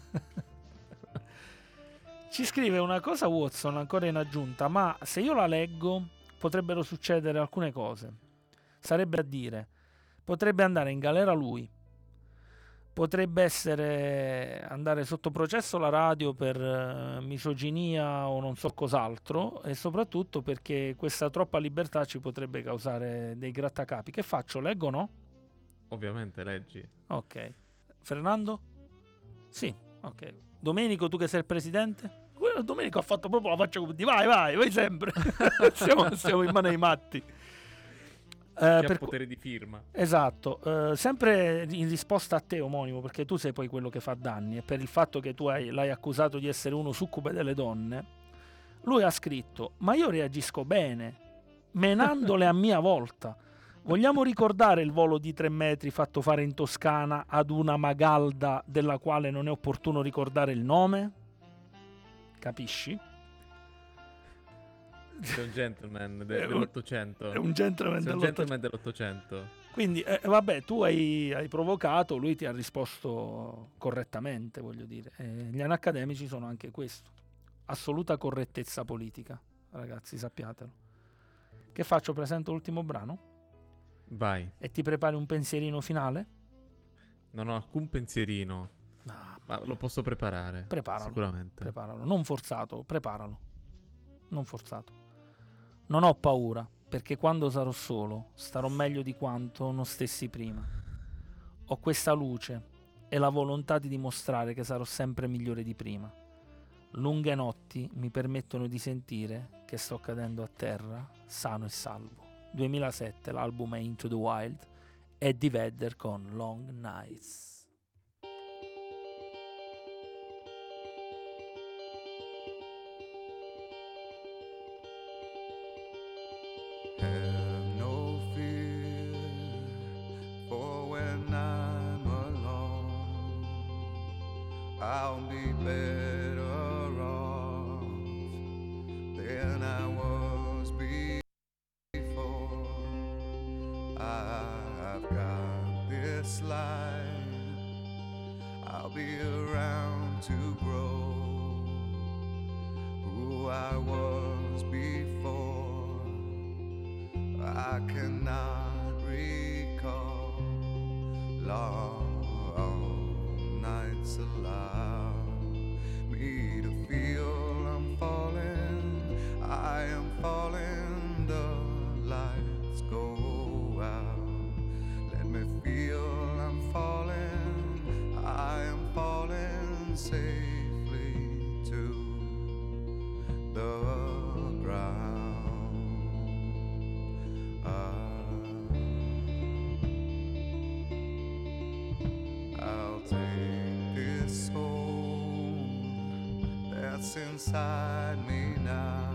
Ci scrive una cosa Watson ancora in aggiunta, ma se io la leggo potrebbero succedere alcune cose. Sarebbe a dire, potrebbe andare in galera lui, potrebbe andare sotto processo la radio per misoginia o non so cos'altro, e soprattutto perché questa troppa libertà ci potrebbe causare dei grattacapi. Che faccio? Leggo o no? Ovviamente, leggi. Ok. Fernando? Sì, ok. Domenico, tu che sei il presidente? Domenico ha fatto proprio la faccia come di vai sempre. siamo in mano ai matti. Per potere di firma. Esatto, sempre in risposta a te, omonimo, perché tu sei poi quello che fa danni, e per il fatto che tu l'hai accusato di essere uno succube delle donne, lui ha scritto: ma io reagisco bene, menandole a mia volta. Vogliamo ricordare il volo di 3 metri fatto fare in Toscana ad una Magalda della quale non è opportuno ricordare il nome? Capisci? Sei un gentleman dell'Ottocento. È un gentleman Sei un gentleman dell'Ottocento. Quindi, vabbè, tu hai provocato, lui ti ha risposto correttamente, voglio dire. Gli anacademici sono anche questo. Assoluta correttezza politica, ragazzi, sappiatelo. Che faccio? Presento l'ultimo brano? Vai. E ti prepari un pensierino finale? Non ho alcun pensierino. Ma lo posso preparare. Preparalo. Sicuramente. Preparalo. Non forzato, preparalo. Non forzato. Non ho paura, perché quando sarò solo starò meglio di quanto non stessi prima. Ho questa luce e la volontà di dimostrare che sarò sempre migliore di prima. Lunghe notti mi permettono di sentire che sto cadendo a terra sano e salvo. 2007 l'album è Into the Wild, Eddie Vedder con Long Nights. Have no fear for when I'm alone. I'll be better off than I was before. I've got this life. I'll be around to grow who I was before. I cannot recall long nights allow me to feel I'm falling. I am falling, the lights go out. Let me feel I'm falling. I am falling safely to the ground. I'll take this soul that's inside me now,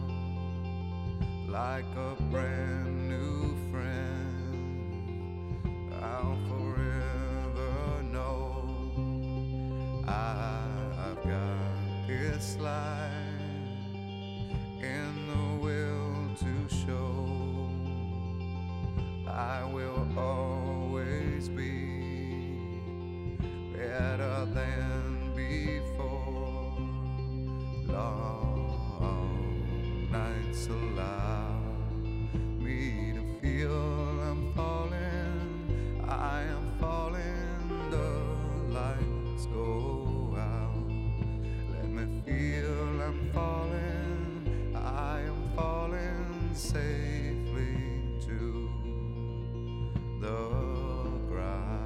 like a brand new friend. I'll forever know I've got this life in the will to show. I will always be better than before. Long nights allow me to feel I'm falling. I am falling, the lights go out. Let me feel I'm falling. I am falling safely to the ground.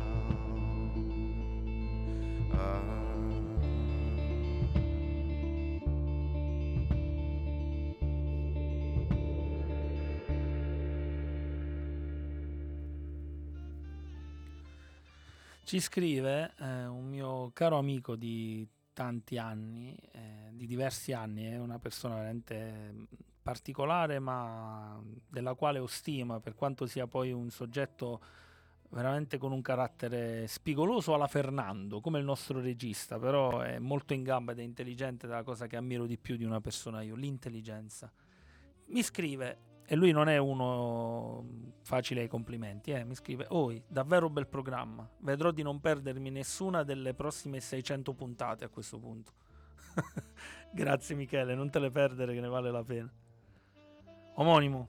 Ci scrive un mio caro amico di tanti anni, di diversi anni, è una persona veramente particolare, ma della quale ho stima, per quanto sia poi un soggetto veramente con un carattere spigoloso alla Fernando, come il nostro regista, però è molto in gamba ed è intelligente, della cosa che ammiro di più di una persona io, l'intelligenza. Mi scrive, e lui non è uno facile ai complimenti, mi scrive: Oi, davvero bel programma, vedrò di non perdermi nessuna delle prossime 600 puntate a questo punto. Grazie Michele, non te le perdere che ne vale la pena. Omonimo.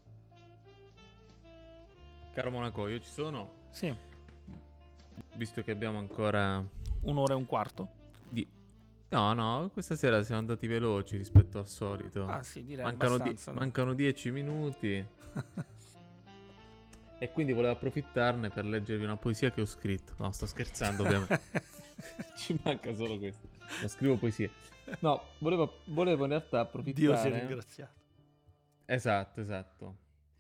Caro Monaco, io ci sono. Sì, Visto che abbiamo ancora un'ora e un quarto. No, questa sera siamo andati veloci rispetto al solito. Ah sì, direi Mancano, abbastanza. No? mancano 10 minuti. E quindi volevo approfittarne per leggervi una poesia che ho scritto. No, sto scherzando ovviamente. Ci manca solo questo. Non scrivo poesie. No, volevo in realtà approfittare. Dio sia ringraziato. Esatto.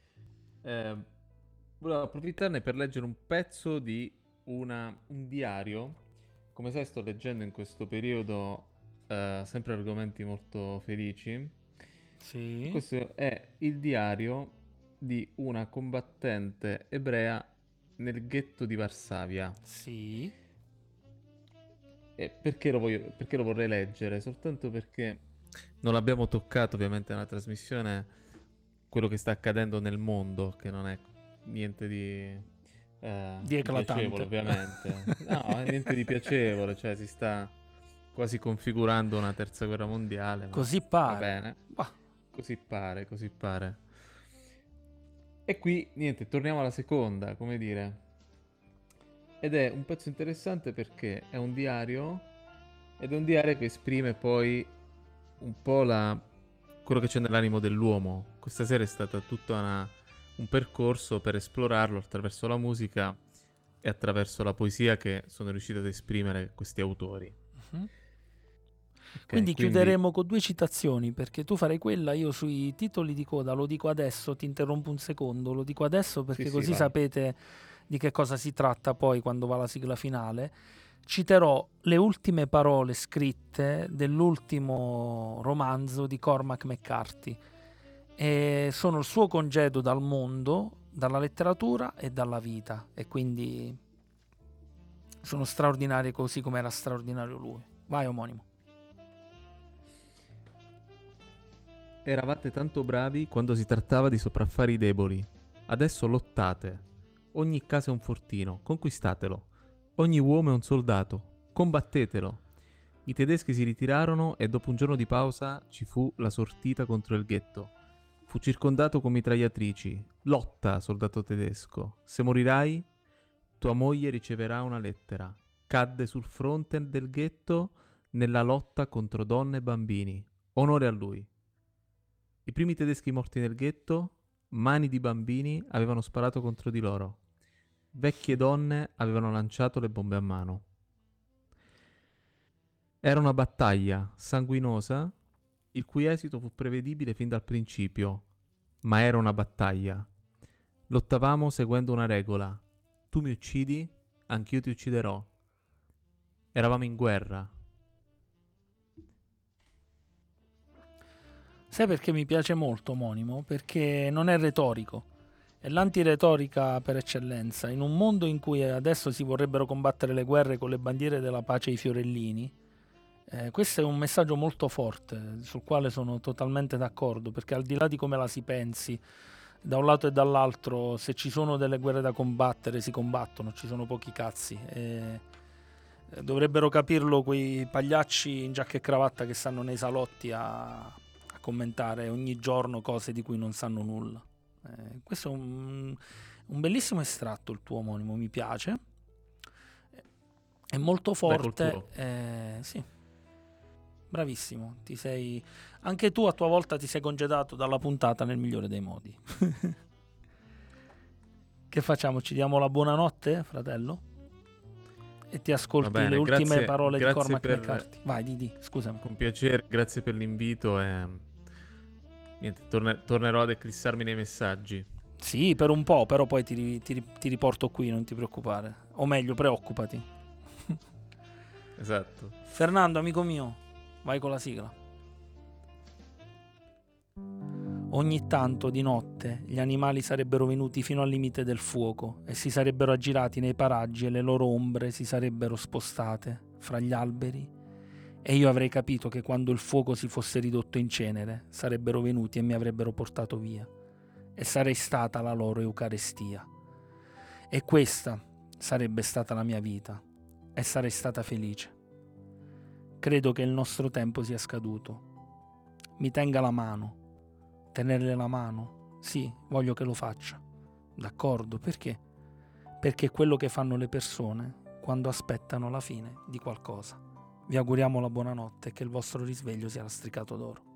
Volevo approfittarne per leggere un pezzo di un diario. Come sai, sto leggendo in questo periodo sempre argomenti molto felici. Sì. Questo è il diario di una combattente ebrea nel ghetto di Varsavia. Sì. E perché lo vorrei leggere? Soltanto perché non abbiamo toccato ovviamente nella trasmissione quello che sta accadendo nel mondo, che non è niente di eclatante, piacevole ovviamente. No, niente di piacevole, cioè si sta quasi configurando una terza guerra mondiale. Così pare. Va bene. Bah. Così pare. E qui, niente, torniamo alla seconda, come dire. Ed è un pezzo interessante perché è un diario, ed è un diario che esprime poi un po' quello che c'è nell'animo dell'uomo. Questa sera è stata tutta un percorso per esplorarlo attraverso la musica e attraverso la poesia che sono riusciti ad esprimere questi autori. Quindi chiuderemo con 2 citazioni, perché tu farai quella, io sui titoli di coda lo dico adesso, ti interrompo un secondo, lo dico adesso perché Sì, così vai. sapete di che cosa si tratta poi quando va la sigla finale. Citerò le ultime parole scritte dell'ultimo romanzo di Cormac McCarthy. E sono il suo congedo dal mondo, dalla letteratura e dalla vita, e quindi sono straordinarie così come era straordinario lui. Vai, omonimo. Eravate tanto bravi quando si trattava di sopraffare i deboli. Adesso lottate. Ogni casa è un fortino, conquistatelo. Ogni uomo è un soldato, combattetelo. I tedeschi si ritirarono e dopo un giorno di pausa ci fu la sortita contro il ghetto. Fu circondato con mitragliatrici. Lotta, soldato tedesco. Se morirai, tua moglie riceverà una lettera. Cadde sul fronte del ghetto nella lotta contro donne e bambini. Onore a lui. I primi tedeschi morti nel ghetto, mani di bambini, avevano sparato contro di loro. Vecchie donne avevano lanciato le bombe a mano. Era una battaglia sanguinosa, il cui esito fu prevedibile fin dal principio, ma era una battaglia. Lottavamo seguendo una regola. Tu mi uccidi, anch'io ti ucciderò. Eravamo in guerra. Sai perché mi piace molto omonimo? Perché non è retorico, è l'antiretorica per eccellenza. In un mondo in cui adesso si vorrebbero combattere le guerre con le bandiere della pace e i fiorellini, questo è un messaggio molto forte, sul quale sono totalmente d'accordo, perché al di là di come la si pensi, da un lato e dall'altro, se ci sono delle guerre da combattere, si combattono, ci sono pochi cazzi. Dovrebbero capirlo quei pagliacci in giacca e cravatta che stanno nei salotti a commentare ogni giorno cose di cui non sanno nulla. Questo è un bellissimo estratto, il tuo omonimo, mi piace, è molto forte. Sì, bravissimo, ti sei anche tu a tua volta ti sei congedato dalla puntata nel migliore dei modi. Che facciamo, ci diamo la buonanotte, fratello, e ti ascolti Va bene, le ultime grazie- parole di grazie Cormac per- McCarthy. Vai, Didi, scusami. Con piacere, grazie per l'invito e niente, tornerò ad eclissarmi nei messaggi. Sì, per un po', però poi ti riporto qui, non ti preoccupare. O meglio, preoccupati. Esatto. Fernando, amico mio, vai con la sigla. Ogni tanto di notte gli animali sarebbero venuti fino al limite del fuoco e si sarebbero aggirati nei paraggi e le loro ombre si sarebbero spostate fra gli alberi e io avrei capito che quando il fuoco si fosse ridotto in cenere sarebbero venuti e mi avrebbero portato via e sarei stata la loro eucaristia. E questa sarebbe stata la mia vita e sarei stata felice. Credo che il nostro tempo sia scaduto. Mi tenga la mano. Tenerle la mano? Sì, voglio che lo faccia. D'accordo, perché? Perché è quello che fanno le persone quando aspettano la fine di qualcosa. Vi auguriamo la buonanotte e che il vostro risveglio sia lastricato d'oro.